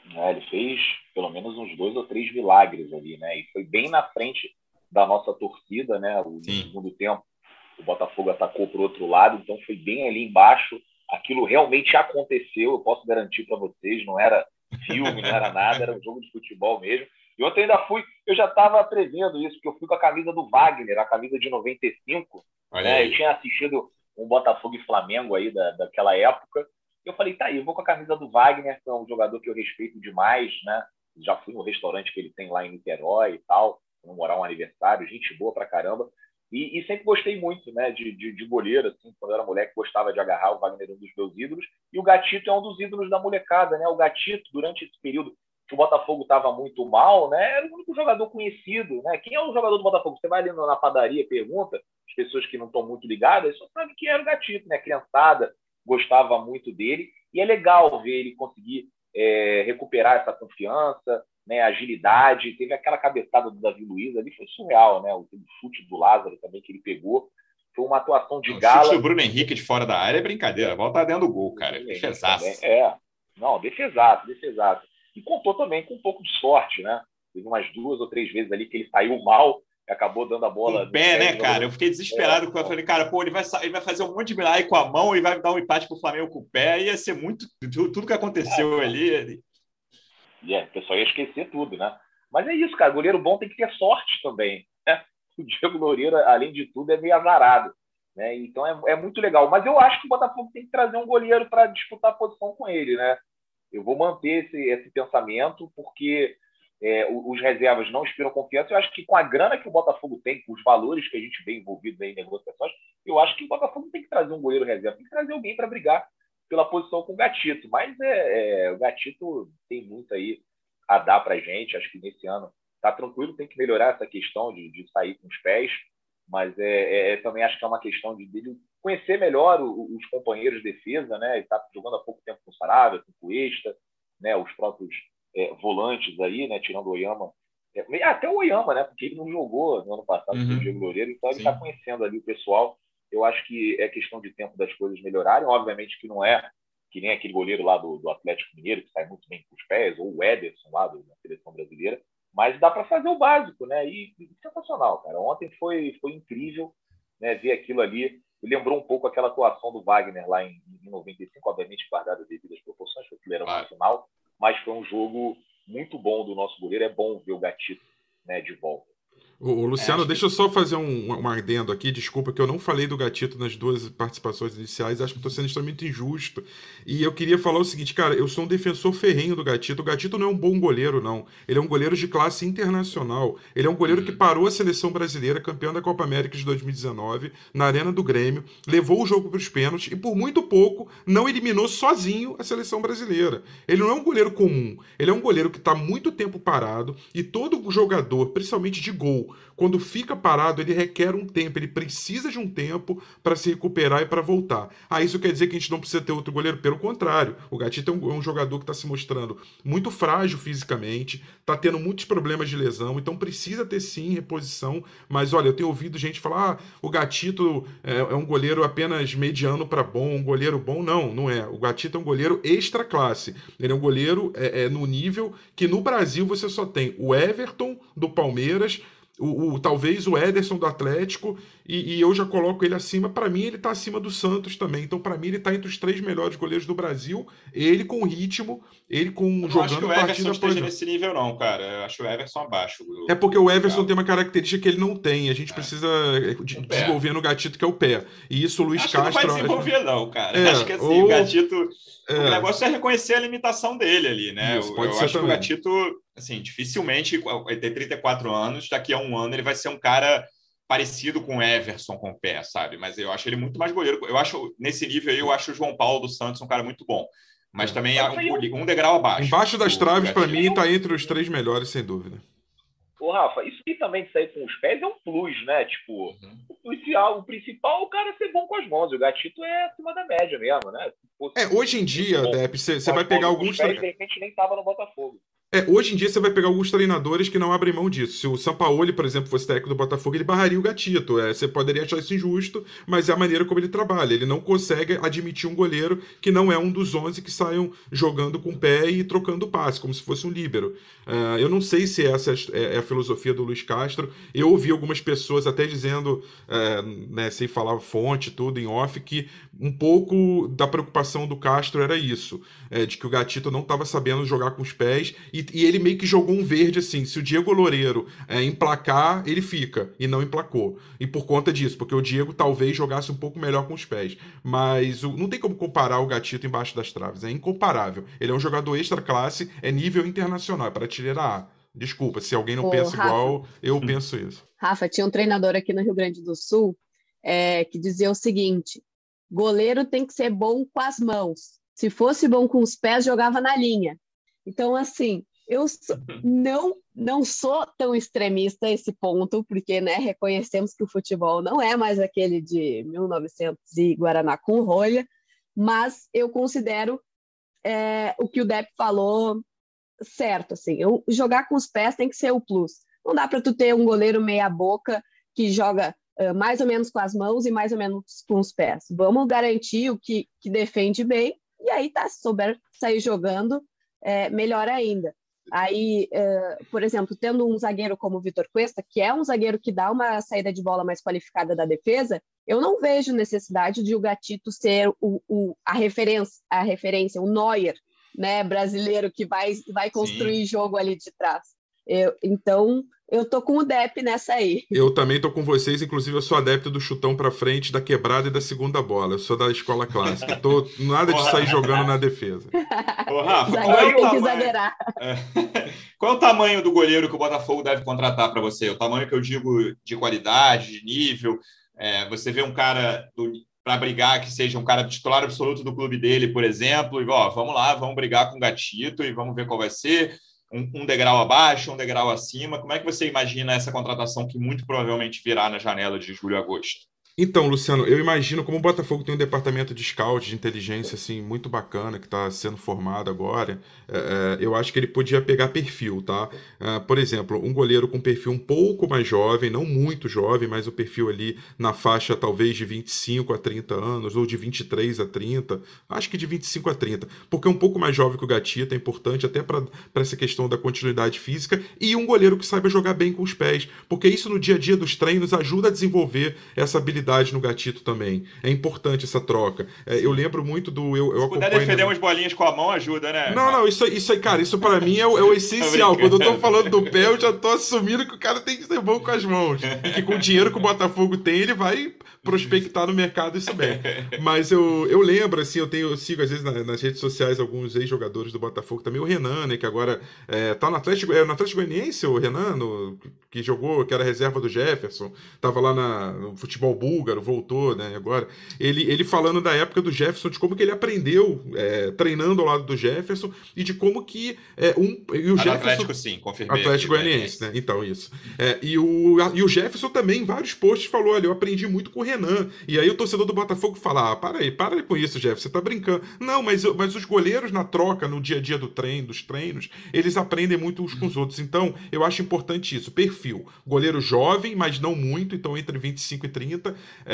Ele fez pelo menos uns 2 ou 3 milagres ali, né? E foi bem na frente da nossa torcida, né? No segundo tempo, o Botafogo atacou para o outro lado, então foi bem ali embaixo. Aquilo realmente aconteceu, eu posso garantir para vocês, não era filme, não era nada, era um jogo de futebol mesmo. E ontem ainda eu já estava prevendo isso, porque eu fui com a camisa do Wagner, a camisa de 95, né? Eu tinha assistido um Botafogo e Flamengo aí daquela época. Eu falei, tá aí, eu vou com a camisa do Wagner, que é um jogador que eu respeito demais, né? Já fui no restaurante que ele tem lá em Niterói e tal, comemorar um aniversário, gente boa pra caramba. E sempre gostei muito, né, de goleiro, assim, quando eu era moleque, gostava de agarrar. O Wagner, um dos meus ídolos, e o Gatito é um dos ídolos da molecada, né? O Gatito, durante esse período que o Botafogo estava muito mal, né, era o único jogador conhecido, né? Quem é o jogador do Botafogo? Você vai ali na padaria, pergunta, as pessoas que não estão muito ligadas, só sabem que era o Gatito, né? A criançada gostava muito dele, e é legal ver ele conseguir recuperar essa confiança, né, agilidade. Teve aquela cabeçada do Davi Luiz ali, foi surreal, né? O chute do Lázaro também que ele pegou. Foi uma atuação de gala. O chute do Bruno Henrique de fora da área é brincadeira. A bola tá dentro do gol, cara. Defesaço. Não, defesaço. E contou também com um pouco de sorte, né? Teve umas 2 ou 3 vezes ali que ele saiu mal e acabou dando a bola. Com o pé, né, cara? Eu fiquei desesperado quando eu falei, cara, pô, ele vai fazer um monte de milagre com a mão e vai dar um empate pro Flamengo com o pé. Ia ser muito. Tudo que aconteceu ali. O pessoal ia esquecer tudo, né? Mas é isso, cara. Goleiro bom tem que ter sorte também, né? O Diego Loureiro, além de tudo, é meio azarado, né? Então é muito legal. Mas eu acho que o Botafogo tem que trazer um goleiro para disputar a posição com ele, né? Eu vou manter esse pensamento, porque os reservas não inspiram confiança. Eu acho que com a grana que o Botafogo tem, com os valores que a gente vê envolvido em negociações, eu acho que o Botafogo tem que trazer um goleiro reserva, tem que trazer alguém para brigar pela posição com o Gatito. Mas o Gatito tem muito aí a dar para a gente. Acho que nesse ano está tranquilo, tem que melhorar essa questão de sair com os pés, mas também acho que é uma questão dele conhecer melhor os companheiros de defesa, né? Ele está jogando há pouco tempo com o Saravia, com o Cuesta, né? Os próprios volantes aí, né? Tirando o Oyama, até o Oyama, né? Porque ele não jogou no ano passado com o Diego Loureiro, então ele está conhecendo ali o pessoal. Eu acho que é questão de tempo das coisas melhorarem. Obviamente que não é que nem aquele goleiro lá do Atlético Mineiro, que sai muito bem com os pés, ou o Ederson lá da seleção brasileira, mas dá para fazer o básico, né? E sensacional, cara. Ontem foi incrível, né? Ver aquilo ali. Lembrou um pouco aquela atuação do Wagner lá em 95, obviamente guardada as devidas proporções, porque ele era no final, mas foi um jogo muito bom do nosso goleiro. É bom ver o Gatito, né, de volta. Ô, Luciano, deixa eu só fazer um adendo aqui. Desculpa que eu não falei do Gatito nas 2 participações iniciais. Acho que estou sendo extremamente injusto. E eu queria falar o seguinte, cara, eu sou um defensor ferrenho do Gatito. O Gatito não é um bom goleiro, não. Ele é um goleiro de classe internacional. Ele é um goleiro que parou a seleção brasileira, campeão da Copa América de 2019, na Arena do Grêmio, levou o jogo para os pênaltis e por muito pouco não eliminou sozinho a seleção brasileira. Ele não é um goleiro comum. Ele é um goleiro que está muito tempo parado e todo jogador, principalmente de gol, quando fica parado, ele requer um tempo, ele precisa de um tempo para se recuperar e para voltar. Isso quer dizer que a gente não precisa ter outro goleiro? Pelo contrário, o Gatito é um jogador que está se mostrando muito frágil fisicamente, está tendo muitos problemas de lesão, então precisa ter sim reposição. Mas olha, eu tenho ouvido gente falar: o Gatito é um goleiro apenas mediano para bom, um goleiro bom. Não, não é. O Gatito é um goleiro extra classe. Ele é um goleiro no nível que no Brasil você só tem o Everton do Palmeiras, talvez o Ederson do Atlético, e eu já coloco ele acima. Para mim, ele está acima do Santos também. Então, para mim, ele está entre os 3 melhores goleiros do Brasil. Ele com ritmo, ele com jogando partida. Eu acho que o Everson esteja nesse nível, não, cara. Eu acho o Everson abaixo. É porque o Everson tem uma característica que ele não tem. A gente precisa desenvolver no Gatito, que é o pé. E isso o Luiz Castro... Não vai desenvolver, não, cara. Acho que assim, o Gatito... O negócio é reconhecer a limitação dele ali, né? Isso, eu acho que o Gatito, assim, dificilmente, ele tem 34 anos, daqui a um ano ele vai ser um cara parecido com o Everson com o pé, sabe? Mas eu acho ele muito mais goleiro. Eu acho, nesse nível aí, eu acho o João Paulo dos Santos um cara muito bom. Mas também é um degrau abaixo. Embaixo das traves, para mim, tá entre os 3 melhores, sem dúvida. Ô, Rafa, isso aqui também de sair com os pés é um plus, né? Tipo, o principal é o cara ser bom com as mãos. O Gatito é acima da média mesmo, né? Hoje em dia, Depp, você vai pegar alguns... Pés, de repente nem tava no Botafogo. Hoje em dia você vai pegar alguns treinadores que não abrem mão disso. Se o Sampaoli, por exemplo, fosse técnico do Botafogo, ele barraria o Gatito. Você poderia achar isso injusto, mas é a maneira como ele trabalha. Ele não consegue admitir um goleiro que não é um dos 11 que saiam jogando com o pé e trocando passe, como se fosse um líbero. Eu não sei se essa é a filosofia do Luiz Castro. Eu ouvi algumas pessoas até dizendo, né, sem falar fonte, tudo em off, que um pouco da preocupação do Castro era isso, de que o Gatito não estava sabendo jogar com os pés e ele meio que jogou um verde assim, se o Diego Loureiro emplacar, ele fica, e não emplacou. E por conta disso, porque o Diego talvez jogasse um pouco melhor com os pés. Mas não tem como comparar o Gatito embaixo das traves, é incomparável. Ele é um jogador extra classe, é nível internacional, é prateleira A. Desculpa, se alguém não Ô, pensa Rafa, igual, eu penso isso. Rafa, tinha um treinador aqui no Rio Grande do Sul que dizia o seguinte: goleiro tem que ser bom com as mãos. Se fosse bom com os pés, jogava na linha. Então, assim, não sou tão extremista a esse ponto, porque, né, reconhecemos que o futebol não é mais aquele de 1900 e Guaraná com rolha, mas eu considero o que o Depp falou certo, assim, jogar com os pés tem que ser o plus. Não dá para tu ter um goleiro meia boca que joga mais ou menos com as mãos e mais ou menos com os pés. Vamos garantir o que defende bem, e aí tá, se souber sair jogando, melhor ainda. Aí, por exemplo, tendo um zagueiro como o Vitor Cuesta, que é um zagueiro que dá uma saída de bola mais qualificada da defesa, eu não vejo necessidade de o Gatito ser a referência, o Neuer, né, brasileiro que vai construir jogo ali de trás. Então, eu tô com o Depp nessa aí. Eu também tô com vocês, inclusive eu sou adepto do chutão pra frente, da quebrada e da segunda bola. Eu sou da escola clássica. Tô nada de sair jogando na defesa. Ô, Rafa, zagueiro tem que zagueirar. Qual é o tamanho do goleiro que o Botafogo deve contratar para você? O tamanho que eu digo de qualidade, de nível. Você vê um cara para brigar que seja um cara titular absoluto do clube dele, por exemplo, e vamos lá, vamos brigar com o Gatito e vamos ver qual vai ser. Um degrau abaixo, um degrau acima. Como é que você imagina essa contratação que muito provavelmente virá na janela de julho e agosto? Então, Luciano, eu imagino como o Botafogo tem um departamento de scout, de inteligência, assim, muito bacana, que está sendo formado agora, eu acho que ele podia pegar perfil, tá? Por exemplo, um goleiro com perfil um pouco mais jovem, não muito jovem, mas o perfil ali na faixa talvez de 25 a 30 anos, ou de 23 a 30, acho que de 25 a 30, porque um pouco mais jovem que o Gatito é importante até para essa questão da continuidade física, e um goleiro que saiba jogar bem com os pés, porque isso no dia a dia dos treinos ajuda a desenvolver essa habilidade no Gatito também. É importante essa troca. Eu lembro muito do... Se puder defender umas bolinhas com a mão, ajuda, né? Não, isso aí, cara, isso pra mim é o essencial. Quando eu tô falando do pé, eu já tô assumindo que o cara tem que ser bom com as mãos. E que com o dinheiro que o Botafogo tem, ele vai prospectar no mercado isso bem. Mas eu lembro, assim, eu sigo às vezes nas redes sociais alguns ex-jogadores do Botafogo também. O Renan, né, que agora tá no Atlético Goianiense, o Renan, que jogou, que era reserva do Jefferson, tava lá no futebol búlgaro, voltou, né, agora. Ele falando da época do Jefferson, de como que ele aprendeu treinando ao lado do Jefferson e de como que e o Jefferson... Atlético, sim, confirmei. Atlético Goianiense, né? Então, isso. E o Jefferson também, em vários posts, falou: olha, eu aprendi muito com o Renan. E aí o torcedor do Botafogo fala: para aí com isso, Jefferson, você tá brincando. Não, mas os goleiros na troca, no dia a dia dos treinos, eles aprendem muito uns com os outros. Então, eu acho importante isso. Perfil. Goleiro jovem, mas não muito, então entre 25 e 30.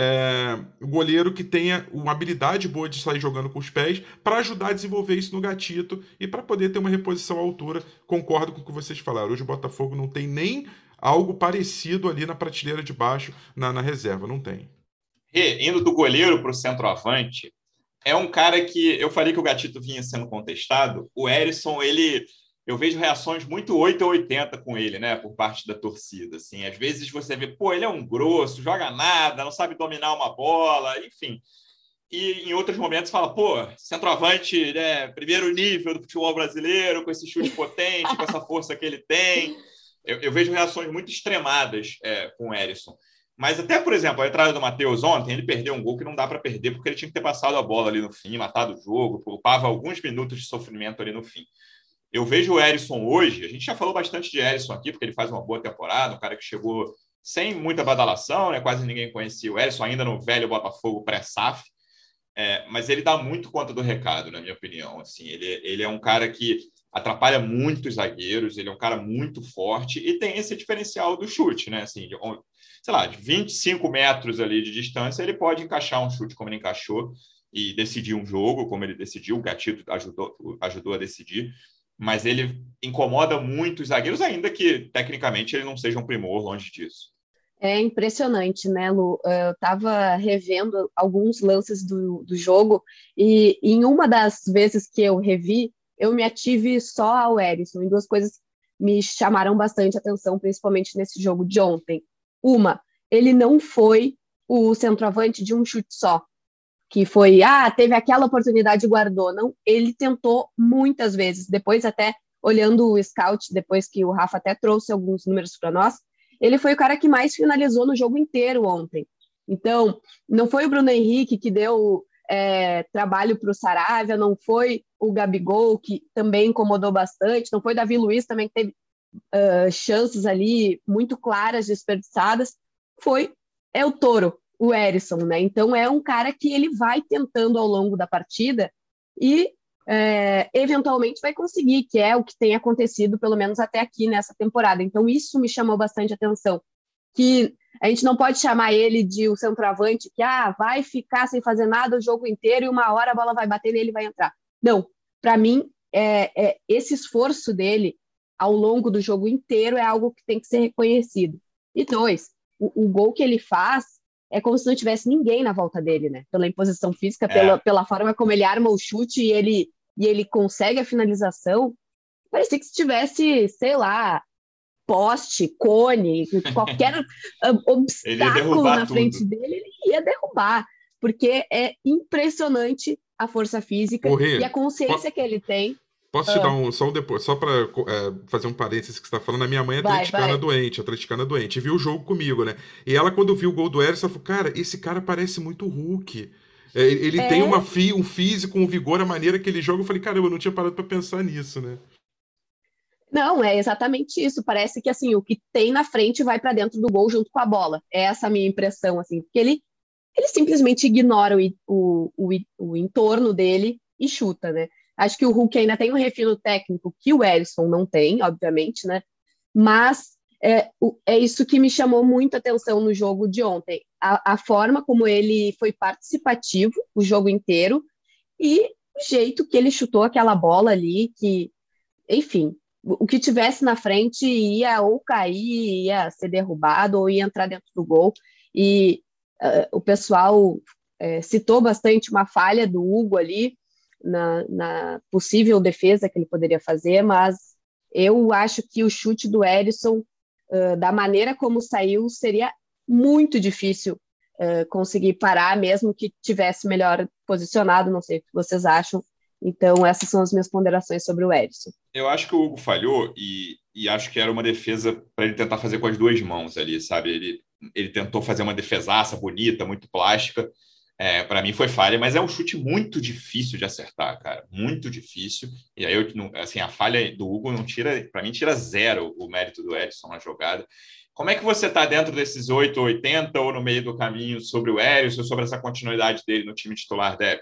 Goleiro que tenha uma habilidade boa de sair jogando com os pés para ajudar a desenvolver isso no Gatito e para poder ter uma reposição à altura. Concordo com o que vocês falaram. Hoje o Botafogo não tem nem algo parecido ali na prateleira de baixo, na reserva. Não tem. Indo do goleiro para o centroavante, é um cara que eu falei que o Gatito vinha sendo contestado. O Herisson, eu vejo reações muito 8 ou 80 com ele, né, por parte da torcida. Assim, às vezes você vê, ele é um grosso, joga nada, não sabe dominar uma bola, enfim. E em outros momentos fala, centroavante, né, primeiro nível do futebol brasileiro, com esse chute potente, com essa força que ele tem. Eu vejo reações muito extremadas com o Herisson. Mas até, por exemplo, a entrada do Matheus ontem, ele perdeu um gol que não dá para perder, porque ele tinha que ter passado a bola ali no fim, matado o jogo, poupava alguns minutos de sofrimento ali no fim. Eu vejo o Herisson hoje, a gente já falou bastante de Herisson aqui, porque ele faz uma boa temporada, um cara que chegou sem muita badalação, né? Quase ninguém conhecia o Herisson, ainda no velho Botafogo pré-SAF, mas ele dá muito conta do recado, na minha opinião. Assim, ele é um cara que atrapalha muito os zagueiros, ele é um cara muito forte e tem esse diferencial do chute, né? Assim, sei lá, de 25 metros ali de distância, ele pode encaixar um chute como ele encaixou e decidir um jogo como ele decidiu. O Gatito ajudou a decidir, mas ele incomoda muito os zagueiros, ainda que tecnicamente ele não seja um primor, longe disso. É impressionante, né, Lu? Eu estava revendo alguns lances do jogo e em uma das vezes que eu revi, eu me ative só ao Erisson, e duas coisas me chamaram bastante atenção, principalmente nesse jogo de ontem. Uma, ele não foi o centroavante de um chute só, que foi, teve aquela oportunidade e guardou. Não, ele tentou muitas vezes. Depois, até olhando o scout, depois que o Rafa até trouxe alguns números para nós, ele foi o cara que mais finalizou no jogo inteiro ontem. Então, não foi o Bruno Henrique que deu trabalho para o Saravia, não foi o Gabigol, que também incomodou bastante, não foi o Davi Luiz também, que teve chances ali muito claras, desperdiçadas. É o Toro, o Erisson, né? Então é um cara que ele vai tentando ao longo da partida e eventualmente vai conseguir, que é o que tem acontecido pelo menos até aqui nessa temporada. Então isso me chamou bastante atenção, que a gente não pode chamar ele de um centroavante que vai ficar sem fazer nada o jogo inteiro e uma hora a bola vai bater nele e vai entrar. Não, para mim esse esforço dele ao longo do jogo inteiro é algo que tem que ser reconhecido. E dois, o gol que ele faz é como se não tivesse ninguém na volta dele, né? Pela imposição física, pela forma como ele arma o chute e ele consegue a finalização. Parecia que se tivesse, sei lá, poste, cone, qualquer obstáculo na frente dele, ele ia derrubar. Porque é impressionante a força física e a consciência que ele tem. Posso te dar só um depois, só para fazer um parênteses que você está falando. A minha mãe é atleticana doente, e viu o jogo comigo, né? E ela, quando viu o gol do Erisson, falou: cara, esse cara parece muito Hulk. Ele tem um físico, um vigor, a maneira que ele joga. Eu falei: caramba, eu não tinha parado para pensar nisso, né? Não, é exatamente isso. Parece que assim, o que tem na frente vai para dentro do gol junto com a bola. É essa a minha impressão, assim, porque ele simplesmente ignora o entorno dele e chuta, né? Acho que o Hulk ainda tem um refino técnico que o Erisson não tem, obviamente, né? Mas é isso que me chamou muito a atenção no jogo de ontem. A forma como ele foi participativo o jogo inteiro e o jeito que ele chutou aquela bola ali, que, enfim, o que tivesse na frente ia ou cair, ia ser derrubado ou ia entrar dentro do gol. E o pessoal citou bastante uma falha do Hugo ali, na possível defesa que ele poderia fazer, mas eu acho que o chute do Erisson, da maneira como saiu, seria muito difícil conseguir parar, mesmo que tivesse melhor posicionado. Não sei o que vocês acham. Então, essas são as minhas ponderações sobre o Erisson. Eu acho que o Hugo falhou e acho que era uma defesa para ele tentar fazer com as duas mãos ali, sabe? Ele tentou fazer uma defesaça bonita, muito plástica. Para mim foi falha, mas é um chute muito difícil de acertar, cara, muito difícil. E aí, assim, a falha do Hugo não tira, para mim, tira zero o mérito do Erisson na jogada. Como é que você está dentro desses 8 ou 80 ou no meio do caminho sobre o Erisson, sobre essa continuidade dele no time titular, Depp?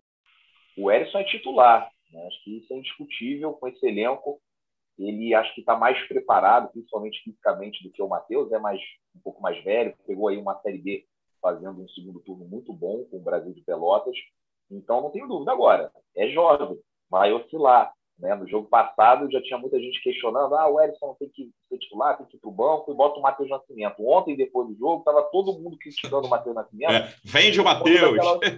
O Erisson é titular, né? Acho que isso é indiscutível com esse elenco. Ele acho que está mais preparado, principalmente fisicamente, do que o Matheus, um pouco mais velho, pegou aí uma Série B fazendo um segundo turno muito bom com o Brasil de Pelotas. Então, não tenho dúvida agora. É jovem, vai oscilar. Né? No jogo passado, já tinha muita gente questionando: o Erisson tem que ser titular, tem que ir para o banco e bota o Matheus Nascimento. Ontem, depois do jogo, estava todo mundo criticando o Matheus Nascimento. Vende o Matheus!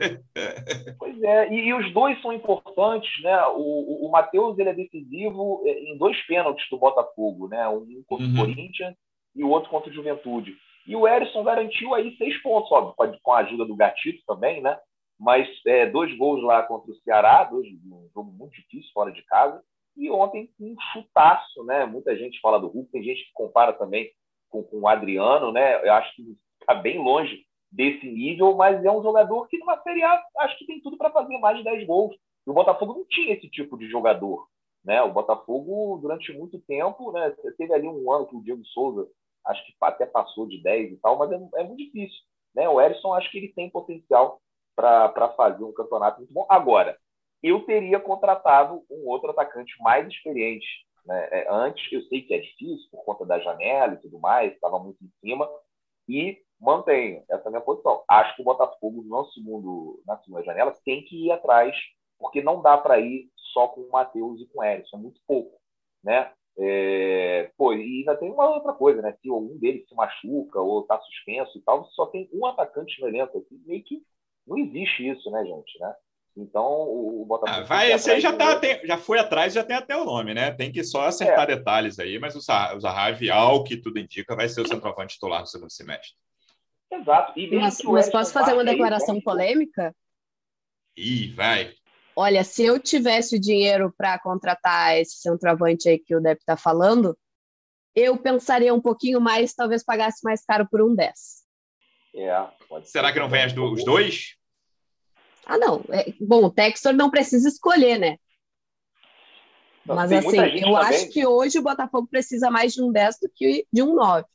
Pois é, e os dois são importantes. Né? O Matheus, ele é decisivo em 2 pênaltis do Botafogo, né? Um contra o Corinthians e o outro contra o Juventude. E o Erisson garantiu aí 6 pontos, óbvio, com a ajuda do Gatito também, né? Mas 2 gols lá contra o Ceará, um jogo muito difícil, fora de casa. E ontem um chutaço, né? Muita gente fala do Hulk, tem gente que compara também com o Adriano, né? Eu acho que está bem longe desse nível, mas é um jogador que numa Série A acho que tem tudo para fazer mais de 10 gols. E o Botafogo não tinha esse tipo de jogador, né? O Botafogo, durante muito tempo, né? Teve ali um ano que o Diego Souza acho que até passou de 10 e tal, mas é muito difícil. Né? O Erisson, acho que ele tem potencial para fazer um campeonato muito bom. Agora, eu teria contratado um outro atacante mais experiente, né? Antes, eu sei que é difícil por conta da janela e tudo mais, estava muito em cima, e mantenho essa minha posição. Acho que o Botafogo, na segunda janela, tem que ir atrás, porque não dá para ir só com o Matheus e com o Erisson, é muito pouco, né? E ainda tem uma outra coisa, né? Se algum deles se machuca ou está suspenso e tal, só tem um atacante no elenco aqui, meio que não existe isso, né, gente, né? Então, o Botafogo... esse aí já foi atrás, já tem até o nome, né? Tem que só acertar detalhes aí, mas o Zahavi, ao que tudo indica, vai ser o centroavante titular no segundo semestre. Exato. Mas posso fazer uma declaração polêmica? Vai. Olha, se eu tivesse o dinheiro para contratar esse centroavante aí que o Depp está falando, eu pensaria um pouquinho mais, talvez pagasse mais caro por um 10. Será que não vem os dois? Não. Bom, o Textor não precisa escolher, né? Não, mas assim, eu acho que hoje o Botafogo precisa mais de um 10 do que de um 9.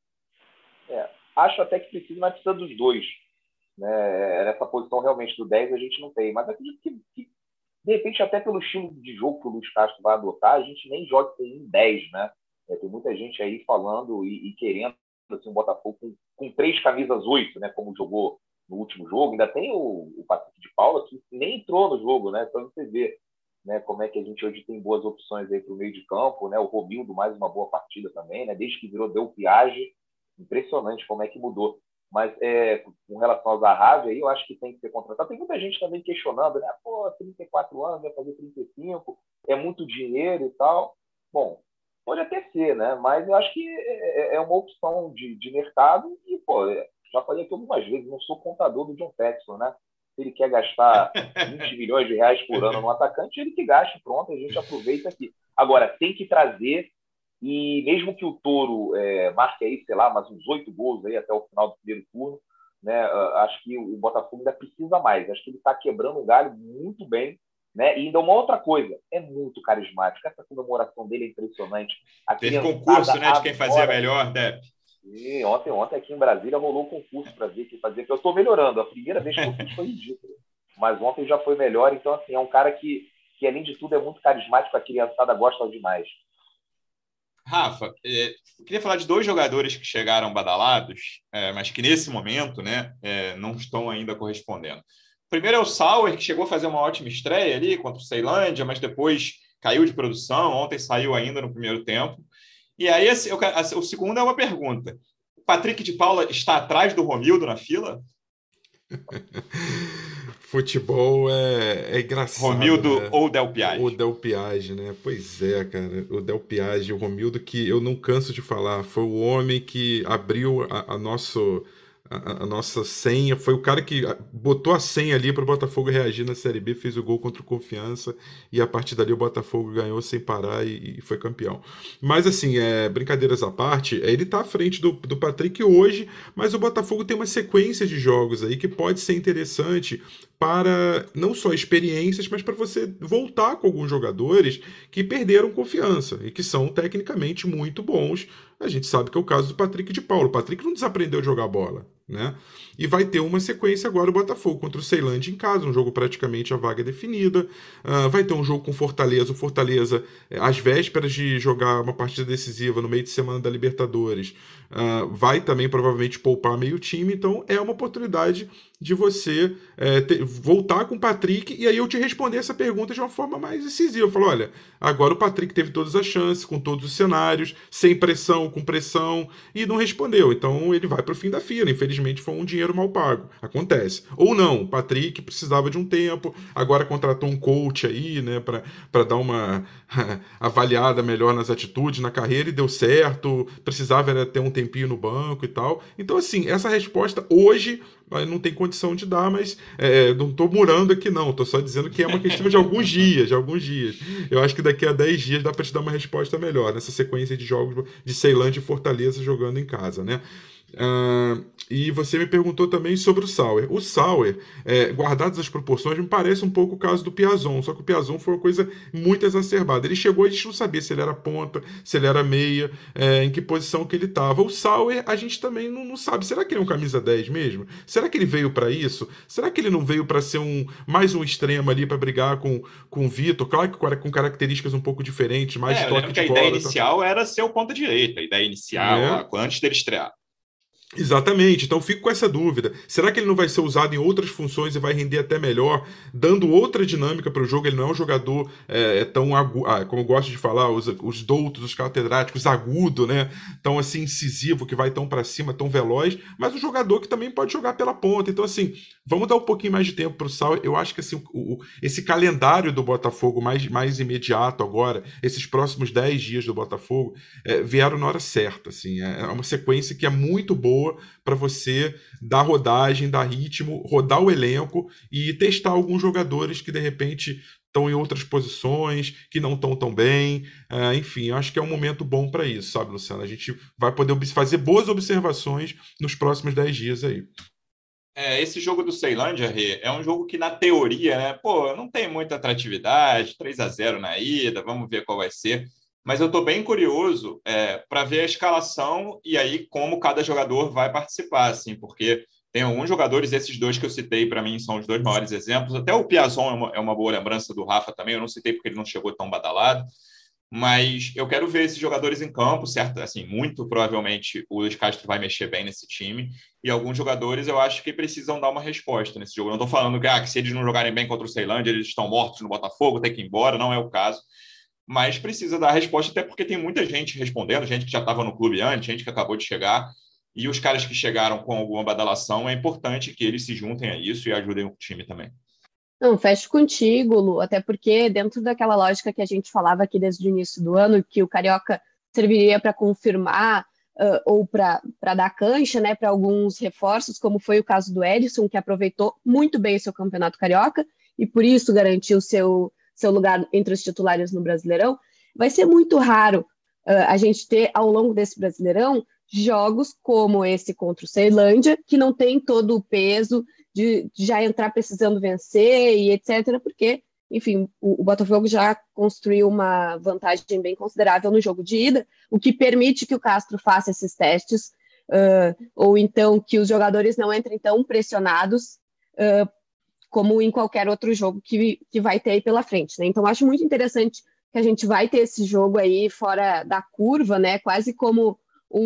Acho até que precisa, mas precisa dos dois. Né? Nessa posição realmente do 10 a gente não tem. Mas acredito que de repente, até pelo estilo de jogo que o Luiz Castro vai adotar, a gente nem joga em 10, né? Tem muita gente aí falando e querendo assim, um Botafogo com 3 camisas 8, né? Como jogou no último jogo. Ainda tem o Patrick de Paula, que nem entrou no jogo, né? Para você ver, né, como é que a gente hoje tem boas opções aí para o meio de campo, né? O Romildo, mais uma boa partida também, né? Desde que virou Del Piage, impressionante como é que mudou. Mas com relação ao Zahavi, aí eu acho que tem que ser contratado. Tem muita gente também questionando, né? 34 anos, vai fazer 35, é muito dinheiro e tal. Bom, pode até ser, né? Mas eu acho que é uma opção de mercado e, já falei aqui algumas vezes, não sou contador do John Textor, né? Se ele quer gastar 20 milhões de reais por ano no atacante, ele que gaste, pronto, a gente aproveita aqui. Agora, tem que trazer, e mesmo que o Toro marque aí, sei lá, mais uns 8 gols aí até o final do primeiro turno, né? Acho que o Botafogo ainda precisa mais. Acho que ele está quebrando o galho muito bem, né? E ainda uma outra coisa, é muito carismático. Essa comemoração dele é impressionante. Teve concurso, né, de quem fazia melhor, Depp. Sim, ontem aqui em Brasília rolou um concurso para ver quem fazia. Eu estou melhorando. A primeira vez que eu fiz foi ridículo. Mas ontem já foi melhor. Então, assim, é um cara que além de tudo, é muito carismático. A criançada gosta demais. Rafa, eu queria falar de 2 jogadores que chegaram badalados, mas que nesse momento, né, não estão ainda correspondendo. O primeiro é o Sauer, que chegou a fazer uma ótima estreia ali contra o Ceilândia, mas depois caiu de produção. Ontem saiu ainda no primeiro tempo. E aí, o segundo é uma pergunta. O Patrick de Paula está atrás do Romildo na fila? Futebol é engraçado, Romildo, né? ou Del Piage? O Del Piage, né? Pois é, cara. O Del Piage, o Romildo, que eu não canso de falar, foi o homem que abriu a nossa senha, foi o cara que botou a senha ali para o Botafogo reagir na Série B, fez o gol contra o Confiança e a partir dali o Botafogo ganhou sem parar e foi campeão. Mas assim, brincadeiras à parte, ele tá à frente do Patrick hoje, mas o Botafogo tem uma sequência de jogos aí que pode ser interessante para não só experiências, mas para você voltar com alguns jogadores que perderam confiança e que são tecnicamente muito bons. A gente sabe que é o caso do Patrick de Paula. O Patrick não desaprendeu a jogar bola, né? E vai ter uma sequência agora o Botafogo contra o Ceilândia em casa, um jogo praticamente a vaga definida. Vai ter um jogo com Fortaleza. O Fortaleza, às vésperas de jogar uma partida decisiva no meio de semana da Libertadores, vai também provavelmente poupar meio time. Então é uma oportunidade de você voltar com o Patrick e aí eu te responder essa pergunta de uma forma mais incisiva. Eu falo, olha, agora o Patrick teve todas as chances, com todos os cenários, sem pressão, com pressão, e não respondeu. Então ele vai para o fim da fila. Infelizmente foi um dinheiro mal pago. Acontece. Ou não, o Patrick precisava de um tempo, agora contratou um coach aí, né, para dar uma avaliada melhor nas atitudes, na carreira, e deu certo. Precisava ter um tempinho no banco e tal. Então, assim, essa resposta hoje não tem condição de dar, mas não estou murando aqui não, estou só dizendo que é uma questão de alguns dias, Eu acho que daqui a 10 dias dá para te dar uma resposta melhor, nessa sequência de jogos de Ceilândia e Fortaleza jogando em casa, né? E você me perguntou também sobre o Sauer. O Sauer, guardadas as proporções, me parece um pouco o caso do Piazon, só que o Piazon foi uma coisa muito exacerbada. Ele chegou e a gente não sabia se ele era ponta, se ele era meia, em que posição que ele estava. O Sauer, a gente também não sabe. Será que ele é um camisa 10 mesmo? Será que ele veio para isso? Será que ele não veio para ser mais um extremo ali para brigar com o Vitor? Claro que com características um pouco diferentes, mais Eu toque lembro que de a ideia bola. inicial era ser o ponta direita, a ideia inicial, Né? lá, antes dele estrear. Exatamente, então fico com essa dúvida. Será que ele não vai ser usado em outras funções e vai render até melhor, dando outra dinâmica para o jogo? Ele não é um jogador tão agudo, como eu gosto de falar, os doutos, os catedráticos, agudo, né? Tão assim incisivo, que vai tão para cima, tão veloz, mas um jogador que também pode jogar pela ponta. Então, assim, vamos dar um pouquinho mais de tempo para o Sauer. Eu acho que assim, esse calendário do Botafogo mais imediato agora, esses próximos 10 dias do Botafogo, vieram na hora certa. Assim, é uma sequência que é muito boa para você dar rodagem, dar ritmo, rodar o elenco e testar alguns jogadores que de repente estão em outras posições, que não estão tão bem. Enfim, acho que é um momento bom para isso, sabe, Luciano? A gente vai poder fazer boas observações nos próximos 10 dias aí. Esse jogo do Ceilândia, Rê, é um jogo que, na teoria, né, não tem muita atratividade, 3-0 na ida, vamos ver qual vai ser. Mas eu estou bem curioso para ver a escalação e aí como cada jogador vai participar, assim, porque tem alguns jogadores, esses dois que eu citei, para mim, são os dois maiores exemplos. Até o Piazon é uma boa lembrança do Rafa também, eu não citei porque ele não chegou tão badalado. Mas eu quero ver esses jogadores em campo, certo? Assim, muito provavelmente o Luiz Castro vai mexer bem nesse time. E alguns jogadores eu acho que precisam dar uma resposta nesse jogo. Eu não estou falando que se eles não jogarem bem contra o Ceilândia, eles estão mortos no Botafogo, tem que ir embora, não é o caso. Mas precisa dar a resposta, até porque tem muita gente respondendo, gente que já estava no clube antes, gente que acabou de chegar. E os caras que chegaram com alguma badalação, é importante que eles se juntem a isso e ajudem o time também. Não, fecho contigo, Lu, até porque dentro daquela lógica que a gente falava aqui desde o início do ano, que o Carioca serviria para confirmar ou para dar cancha, né, para alguns reforços, como foi o caso do Edson, que aproveitou muito bem o seu campeonato carioca e por isso garantiu seu lugar entre os titulares no Brasileirão. Vai ser muito raro a gente ter, ao longo desse Brasileirão, jogos como esse contra o Ceilândia, que não tem todo o peso de já entrar precisando vencer e etc., porque, enfim, o Botafogo já construiu uma vantagem bem considerável no jogo de ida, o que permite que o Castro faça esses testes, ou então que os jogadores não entrem tão pressionados como em qualquer outro jogo que vai ter aí pela frente, né? Então, acho muito interessante que a gente vai ter esse jogo aí fora da curva, né? Quase como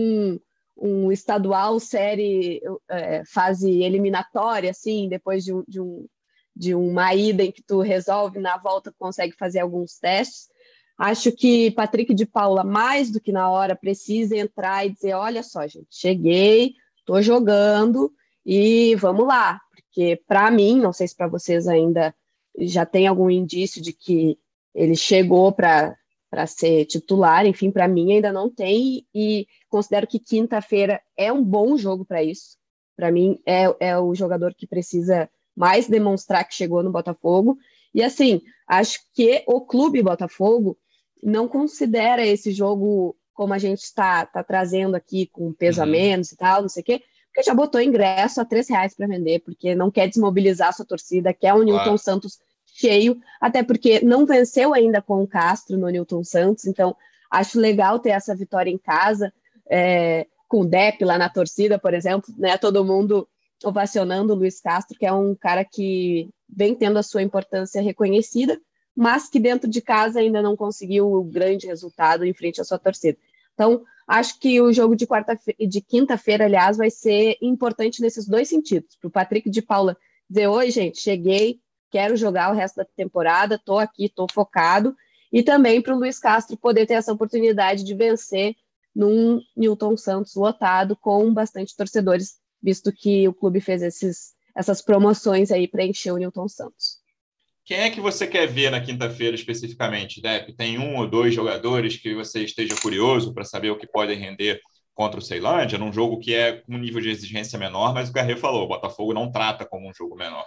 um estadual série fase eliminatória, assim, depois de uma ida em que tu resolve, na volta consegue fazer alguns testes. Acho que Patrick de Paula, mais do que na hora, precisa entrar e dizer, olha só, gente, cheguei, tô jogando e vamos lá. Porque, para mim, não sei se para vocês ainda já tem algum indício de que ele chegou para ser titular, enfim, para mim ainda não tem, e considero que quinta-feira é um bom jogo para isso. Para mim, é o jogador que precisa mais demonstrar que chegou no Botafogo. E, assim, acho que o clube Botafogo não considera esse jogo como a gente está trazendo aqui, com peso a menos e tal, não sei o quê, porque já botou ingresso a R$3 para vender, porque não quer desmobilizar a sua torcida, quer o Newton Santos cheio, até porque não venceu ainda com o Castro no Newton Santos, então acho legal ter essa vitória em casa, com o Depp lá na torcida, por exemplo, né, todo mundo ovacionando o Luiz Castro, que é um cara que vem tendo a sua importância reconhecida, mas que dentro de casa ainda não conseguiu o grande resultado em frente à sua torcida. Então, acho que o jogo de quinta-feira, aliás, vai ser importante nesses dois sentidos. Para o Patrick de Paula dizer, oi, gente, cheguei, quero jogar o resto da temporada, estou aqui, estou focado. E também para o Luiz Castro poder ter essa oportunidade de vencer num Newton Santos lotado com bastante torcedores, visto que o clube fez essas promoções aí para encher o Newton Santos. Quem é que você quer ver na quinta-feira especificamente, Depp? Tem um ou dois jogadores que você esteja curioso para saber o que podem render contra o Ceilândia, num jogo que é com um nível de exigência menor, mas o Garret falou, o Botafogo não trata como um jogo menor.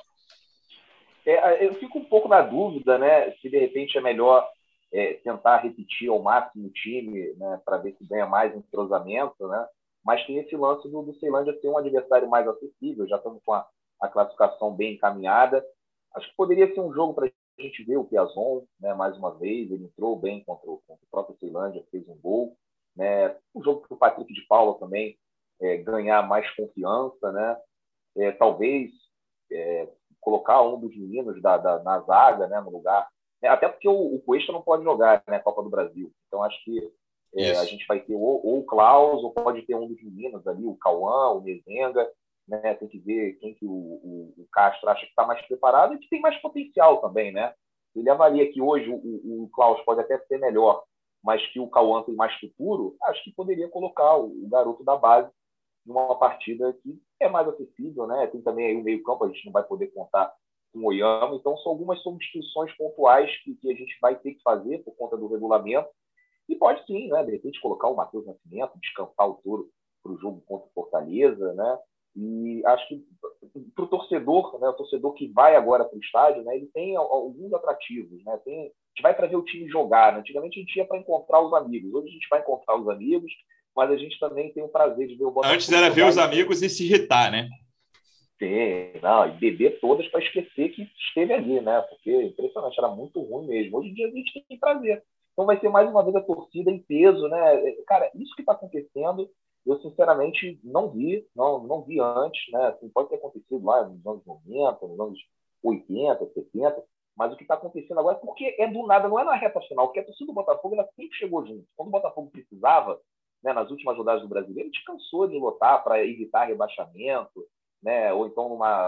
Eu fico um pouco na dúvida, né, se de repente é melhor tentar repetir ao máximo o time, né, para ver se ganha mais entrosamento, né? mas tem esse lance do Ceilândia ser um adversário mais acessível, já estamos com a classificação bem encaminhada. Acho que poderia ser um jogo para a gente ver o Piazon, né, mais uma vez, ele entrou bem contra o próprio Ceilândia, fez um gol, né, um jogo para o Patrick de Paula também ganhar mais confiança, né, talvez colocar um dos meninos na zaga, né, no lugar, até porque o Cuesta não pode jogar, né, Copa do Brasil, então acho que a gente vai ter ou o Klaus, ou pode ter um dos meninos ali, o Cauã, o Mezenga, né? Tem que ver quem que o Castro acha que está mais preparado e que tem mais potencial também, né? Ele avalia que hoje o Klaus pode até ser melhor, mas que o Cauã tem mais futuro, acho que poderia colocar o garoto da base numa partida que é mais acessível, né? Tem também aí o meio-campo, a gente não vai poder contar com o Oyama, então são algumas substituições pontuais que a gente vai ter que fazer por conta do regulamento. E pode sim, né? De repente colocar o Matheus Nascimento, descansar o Touro para o jogo contra o Fortaleza, né? E acho que para o torcedor, né? O torcedor que vai agora para o estádio, né? Ele tem alguns atrativos, né? A gente vai para ver o time jogar, né? Antigamente a gente ia para encontrar os amigos, hoje a gente vai encontrar os amigos, mas a gente também tem o prazer de ver o Botafogo. Antes era ver os amigos e se irritar, né? Sim, não, e beber todas para esquecer que esteve ali, né? Porque impressionante, era muito ruim mesmo. Hoje em dia a gente tem prazer. Então vai ser mais uma vez a torcida em peso, né? Cara, isso que está acontecendo, eu sinceramente não vi antes, né? Assim, pode ter acontecido lá nos anos 90, nos anos 80, 70, mas o que está acontecendo agora é porque é do nada, não é na reta final, porque a torcida do Botafogo ela sempre chegou junto. Quando o Botafogo precisava, né, nas últimas rodadas do Brasileiro, descansou de lotar para evitar rebaixamento, né? Ou então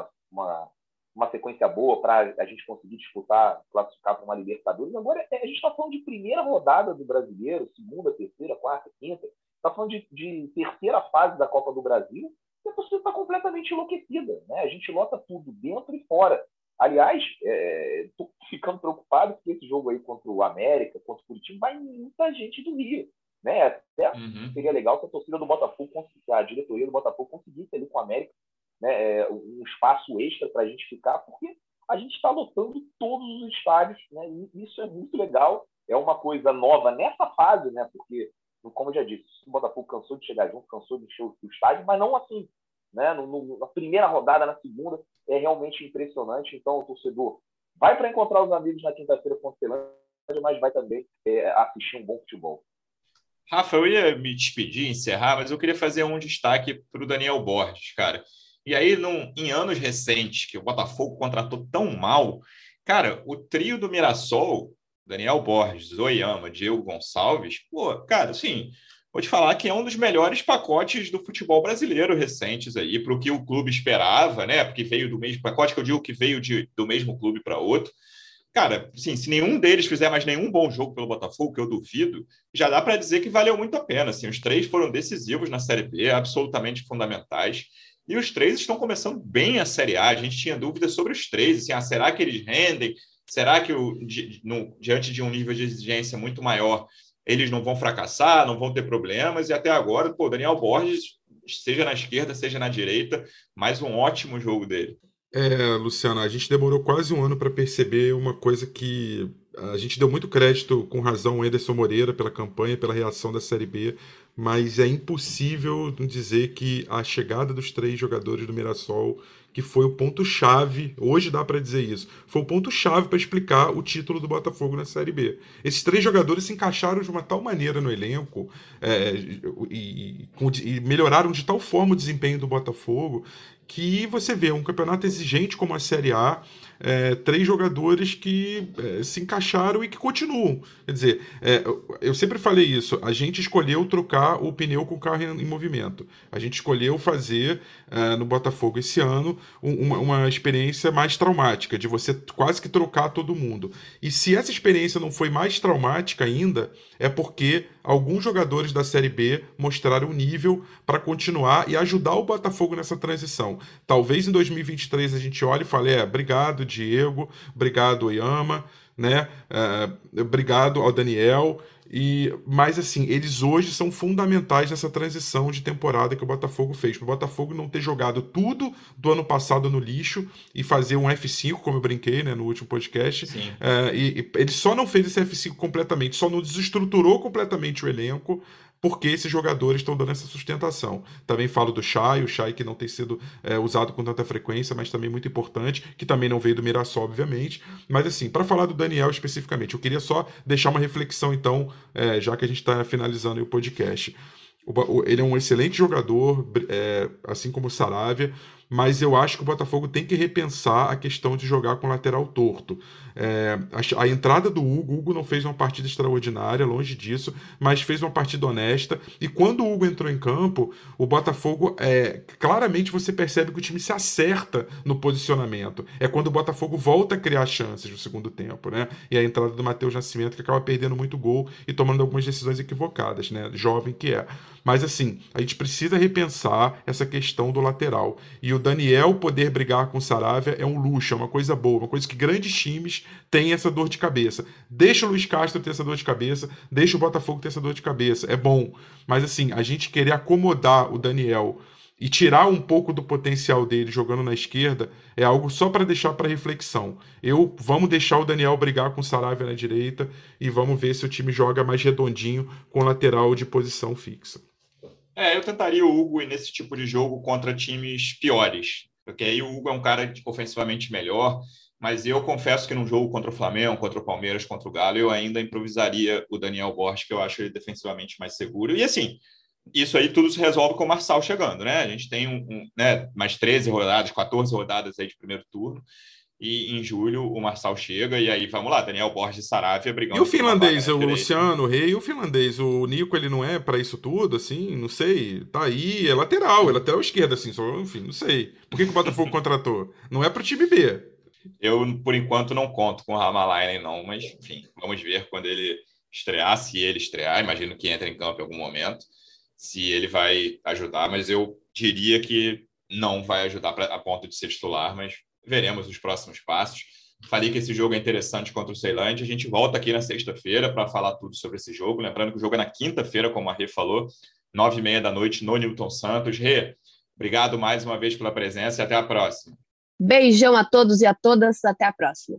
uma sequência boa para a gente conseguir classificar para uma Libertadores. Agora, a gente está falando de primeira rodada do Brasileiro, segunda, terceira, quarta, quinta. Está falando de terceira fase da Copa do Brasil e a torcida está completamente enlouquecida, né? A gente lota tudo, dentro e fora. Aliás, estou ficando preocupado porque esse jogo aí contra o América, contra o Curitiba, vai muita gente do Rio. Né? Até seria legal se a torcida do Botafogo, a diretoria do Botafogo conseguisse ali com o América, né, um espaço extra para a gente ficar, porque a gente está lotando todos os estádios, né, e isso é muito legal, é uma coisa nova nessa fase, né, porque, como eu já disse, o Botafogo cansou de chegar junto, cansou de encher o estádio, mas não assim, né, na primeira rodada, na segunda, é realmente impressionante. Então o torcedor vai para encontrar os amigos na quinta-feira contra o Ceilândia, mas vai também assistir um bom futebol. Rafa, eu ia me despedir, encerrar, mas eu queria fazer um destaque para o Daniel Borges, cara. E aí, em anos recentes, que o Botafogo contratou tão mal, cara, o trio do Mirassol, Daniel Borges, Oyama, Diego Gonçalves, pô, cara, assim, vou te falar que é um dos melhores pacotes do futebol brasileiro recentes aí, para o que o clube esperava, né? Porque veio do mesmo pacote, que eu digo que veio do mesmo clube para outro. Cara, assim, se nenhum deles fizer mais nenhum bom jogo pelo Botafogo, que eu duvido, já dá para dizer que valeu muito a pena. Assim, os três foram decisivos na Série B, absolutamente fundamentais. E os três estão começando bem a Série A. A gente tinha dúvidas sobre os três. Assim, será que eles rendem? Será que, diante de um nível de exigência muito maior, eles não vão fracassar, não vão ter problemas? E até agora, pô, Daniel Borges, seja na esquerda, seja na direita, mais um ótimo jogo dele. Luciano, a gente demorou quase um ano para perceber uma coisa que a gente deu muito crédito, com razão, ao Anderson Moreira pela campanha, pela reação da Série B, mas é impossível dizer que a chegada dos três jogadores do Mirassol, que foi o ponto-chave, hoje dá para dizer isso, foi o ponto-chave para explicar o título do Botafogo na Série B. Esses três jogadores se encaixaram de uma tal maneira no elenco e melhoraram de tal forma o desempenho do Botafogo, que você vê um campeonato exigente como a Série A, três jogadores que se encaixaram e que continuam. Quer dizer, eu sempre falei isso, a gente escolheu trocar o pneu com o carro em movimento. A gente escolheu fazer no Botafogo esse ano uma experiência mais traumática, de você quase que trocar todo mundo. E se essa experiência não foi mais traumática ainda, é porque alguns jogadores da Série B mostraram o nível para continuar e ajudar o Botafogo nessa transição. Talvez em 2023 a gente olhe e fale, obrigado Diego, obrigado Oyama, né? Obrigado ao Daniel. Mas assim, eles hoje são fundamentais nessa transição de temporada que o Botafogo fez. Para o Botafogo não ter jogado tudo do ano passado no lixo e fazer um F5, como eu brinquei, né, no último podcast. Ele só não fez esse F5 completamente, só não desestruturou completamente o elenco, porque esses jogadores estão dando essa sustentação. Também falo do Chay, o Chay que não tem sido usado com tanta frequência, mas também muito importante, que também não veio do Mirassol, obviamente. Mas assim, para falar do Daniel especificamente, eu queria só deixar uma reflexão, então, já que a gente está finalizando o podcast. Ele é um excelente jogador, assim como o Saravia, mas eu acho que o Botafogo tem que repensar a questão de jogar com lateral torto. A entrada do Hugo não fez uma partida extraordinária, longe disso, mas fez uma partida honesta, e quando o Hugo entrou em campo, o Botafogo, claramente você percebe que o time se acerta no posicionamento. É quando o Botafogo volta a criar chances no segundo tempo, né? E a entrada do Matheus Nascimento, que acaba perdendo muito gol e tomando algumas decisões equivocadas, né? Jovem que é. Mas assim, a gente precisa repensar essa questão do lateral. E o Daniel poder brigar com o Saravia é um luxo, é uma coisa boa, uma coisa que grandes times têm essa dor de cabeça. Deixa o Luiz Castro ter essa dor de cabeça, deixa o Botafogo ter essa dor de cabeça, é bom. Mas assim, a gente querer acomodar o Daniel e tirar um pouco do potencial dele jogando na esquerda é algo só para deixar para reflexão. Vamos deixar o Daniel brigar com o Saravia na direita e vamos ver se o time joga mais redondinho com lateral de posição fixa. Eu tentaria o Hugo nesse tipo de jogo contra times piores, porque aí o Hugo é um cara ofensivamente melhor, mas eu confesso que num jogo contra o Flamengo, contra o Palmeiras, contra o Galo, eu ainda improvisaria o Daniel Borges, que eu acho ele defensivamente mais seguro. E assim, isso aí tudo se resolve com o Marçal chegando, né? A gente tem mais 13 rodadas, 14 rodadas aí de primeiro turno, e em julho o Marçal chega, e aí vamos lá, Daniel Borges e Saravia brigando. E o finlandês, o Luciano, o Rei, e o finlandês, o Nico, ele não é pra isso tudo, assim, não sei, tá aí, é lateral esquerda, assim, enfim, não sei. Por que o Botafogo contratou? Não é pro time B. Eu, por enquanto, não conto com o Hamalainen, não, mas, enfim, vamos ver quando ele estrear, se ele estrear, imagino que entra em campo em algum momento, se ele vai ajudar, mas eu diria que não vai ajudar a ponto de ser titular, mas veremos os próximos passos. Falei que esse jogo é interessante contra o Ceilândia. A gente volta aqui na sexta-feira para falar tudo sobre esse jogo. Lembrando que o jogo é na quinta-feira, como a Rê falou, 9h30 da noite no Newton Santos. Rê, obrigado mais uma vez pela presença e até a próxima. Beijão a todos e a todas. Até a próxima.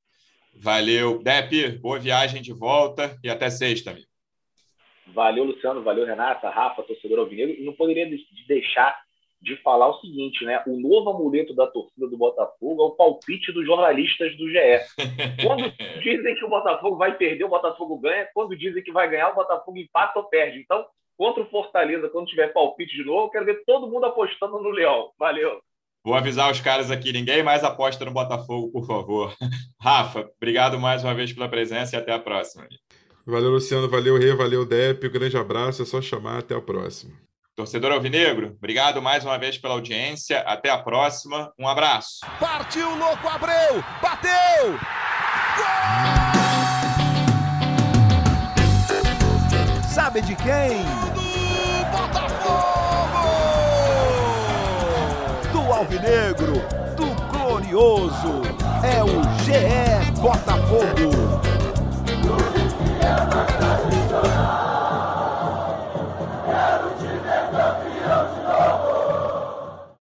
Valeu. Depp, boa viagem de volta e até sexta, amigo. Valeu, Luciano. Valeu, Renata, Rafa, torcedor alvinegro. E não poderia deixar de falar o seguinte, né? O novo amuleto da torcida do Botafogo é o palpite dos jornalistas do GE. Quando dizem que o Botafogo vai perder, o Botafogo ganha. Quando dizem que vai ganhar, o Botafogo empata ou perde. Então, contra o Fortaleza, quando tiver palpite de novo, eu quero ver todo mundo apostando no Leão. Valeu. Vou avisar os caras aqui, ninguém mais aposta no Botafogo, por favor. Rafa, obrigado mais uma vez pela presença e até a próxima. Valeu, Luciano, valeu, Rê, valeu, Depp. Um grande abraço, é só chamar, até a próxima. Torcedor alvinegro, obrigado mais uma vez pela audiência. Até a próxima. Um abraço. Partiu, louco, Abreu! Bateu! Gol! Sabe de quem? Do Botafogo! Do alvinegro, do glorioso. É o GE Botafogo.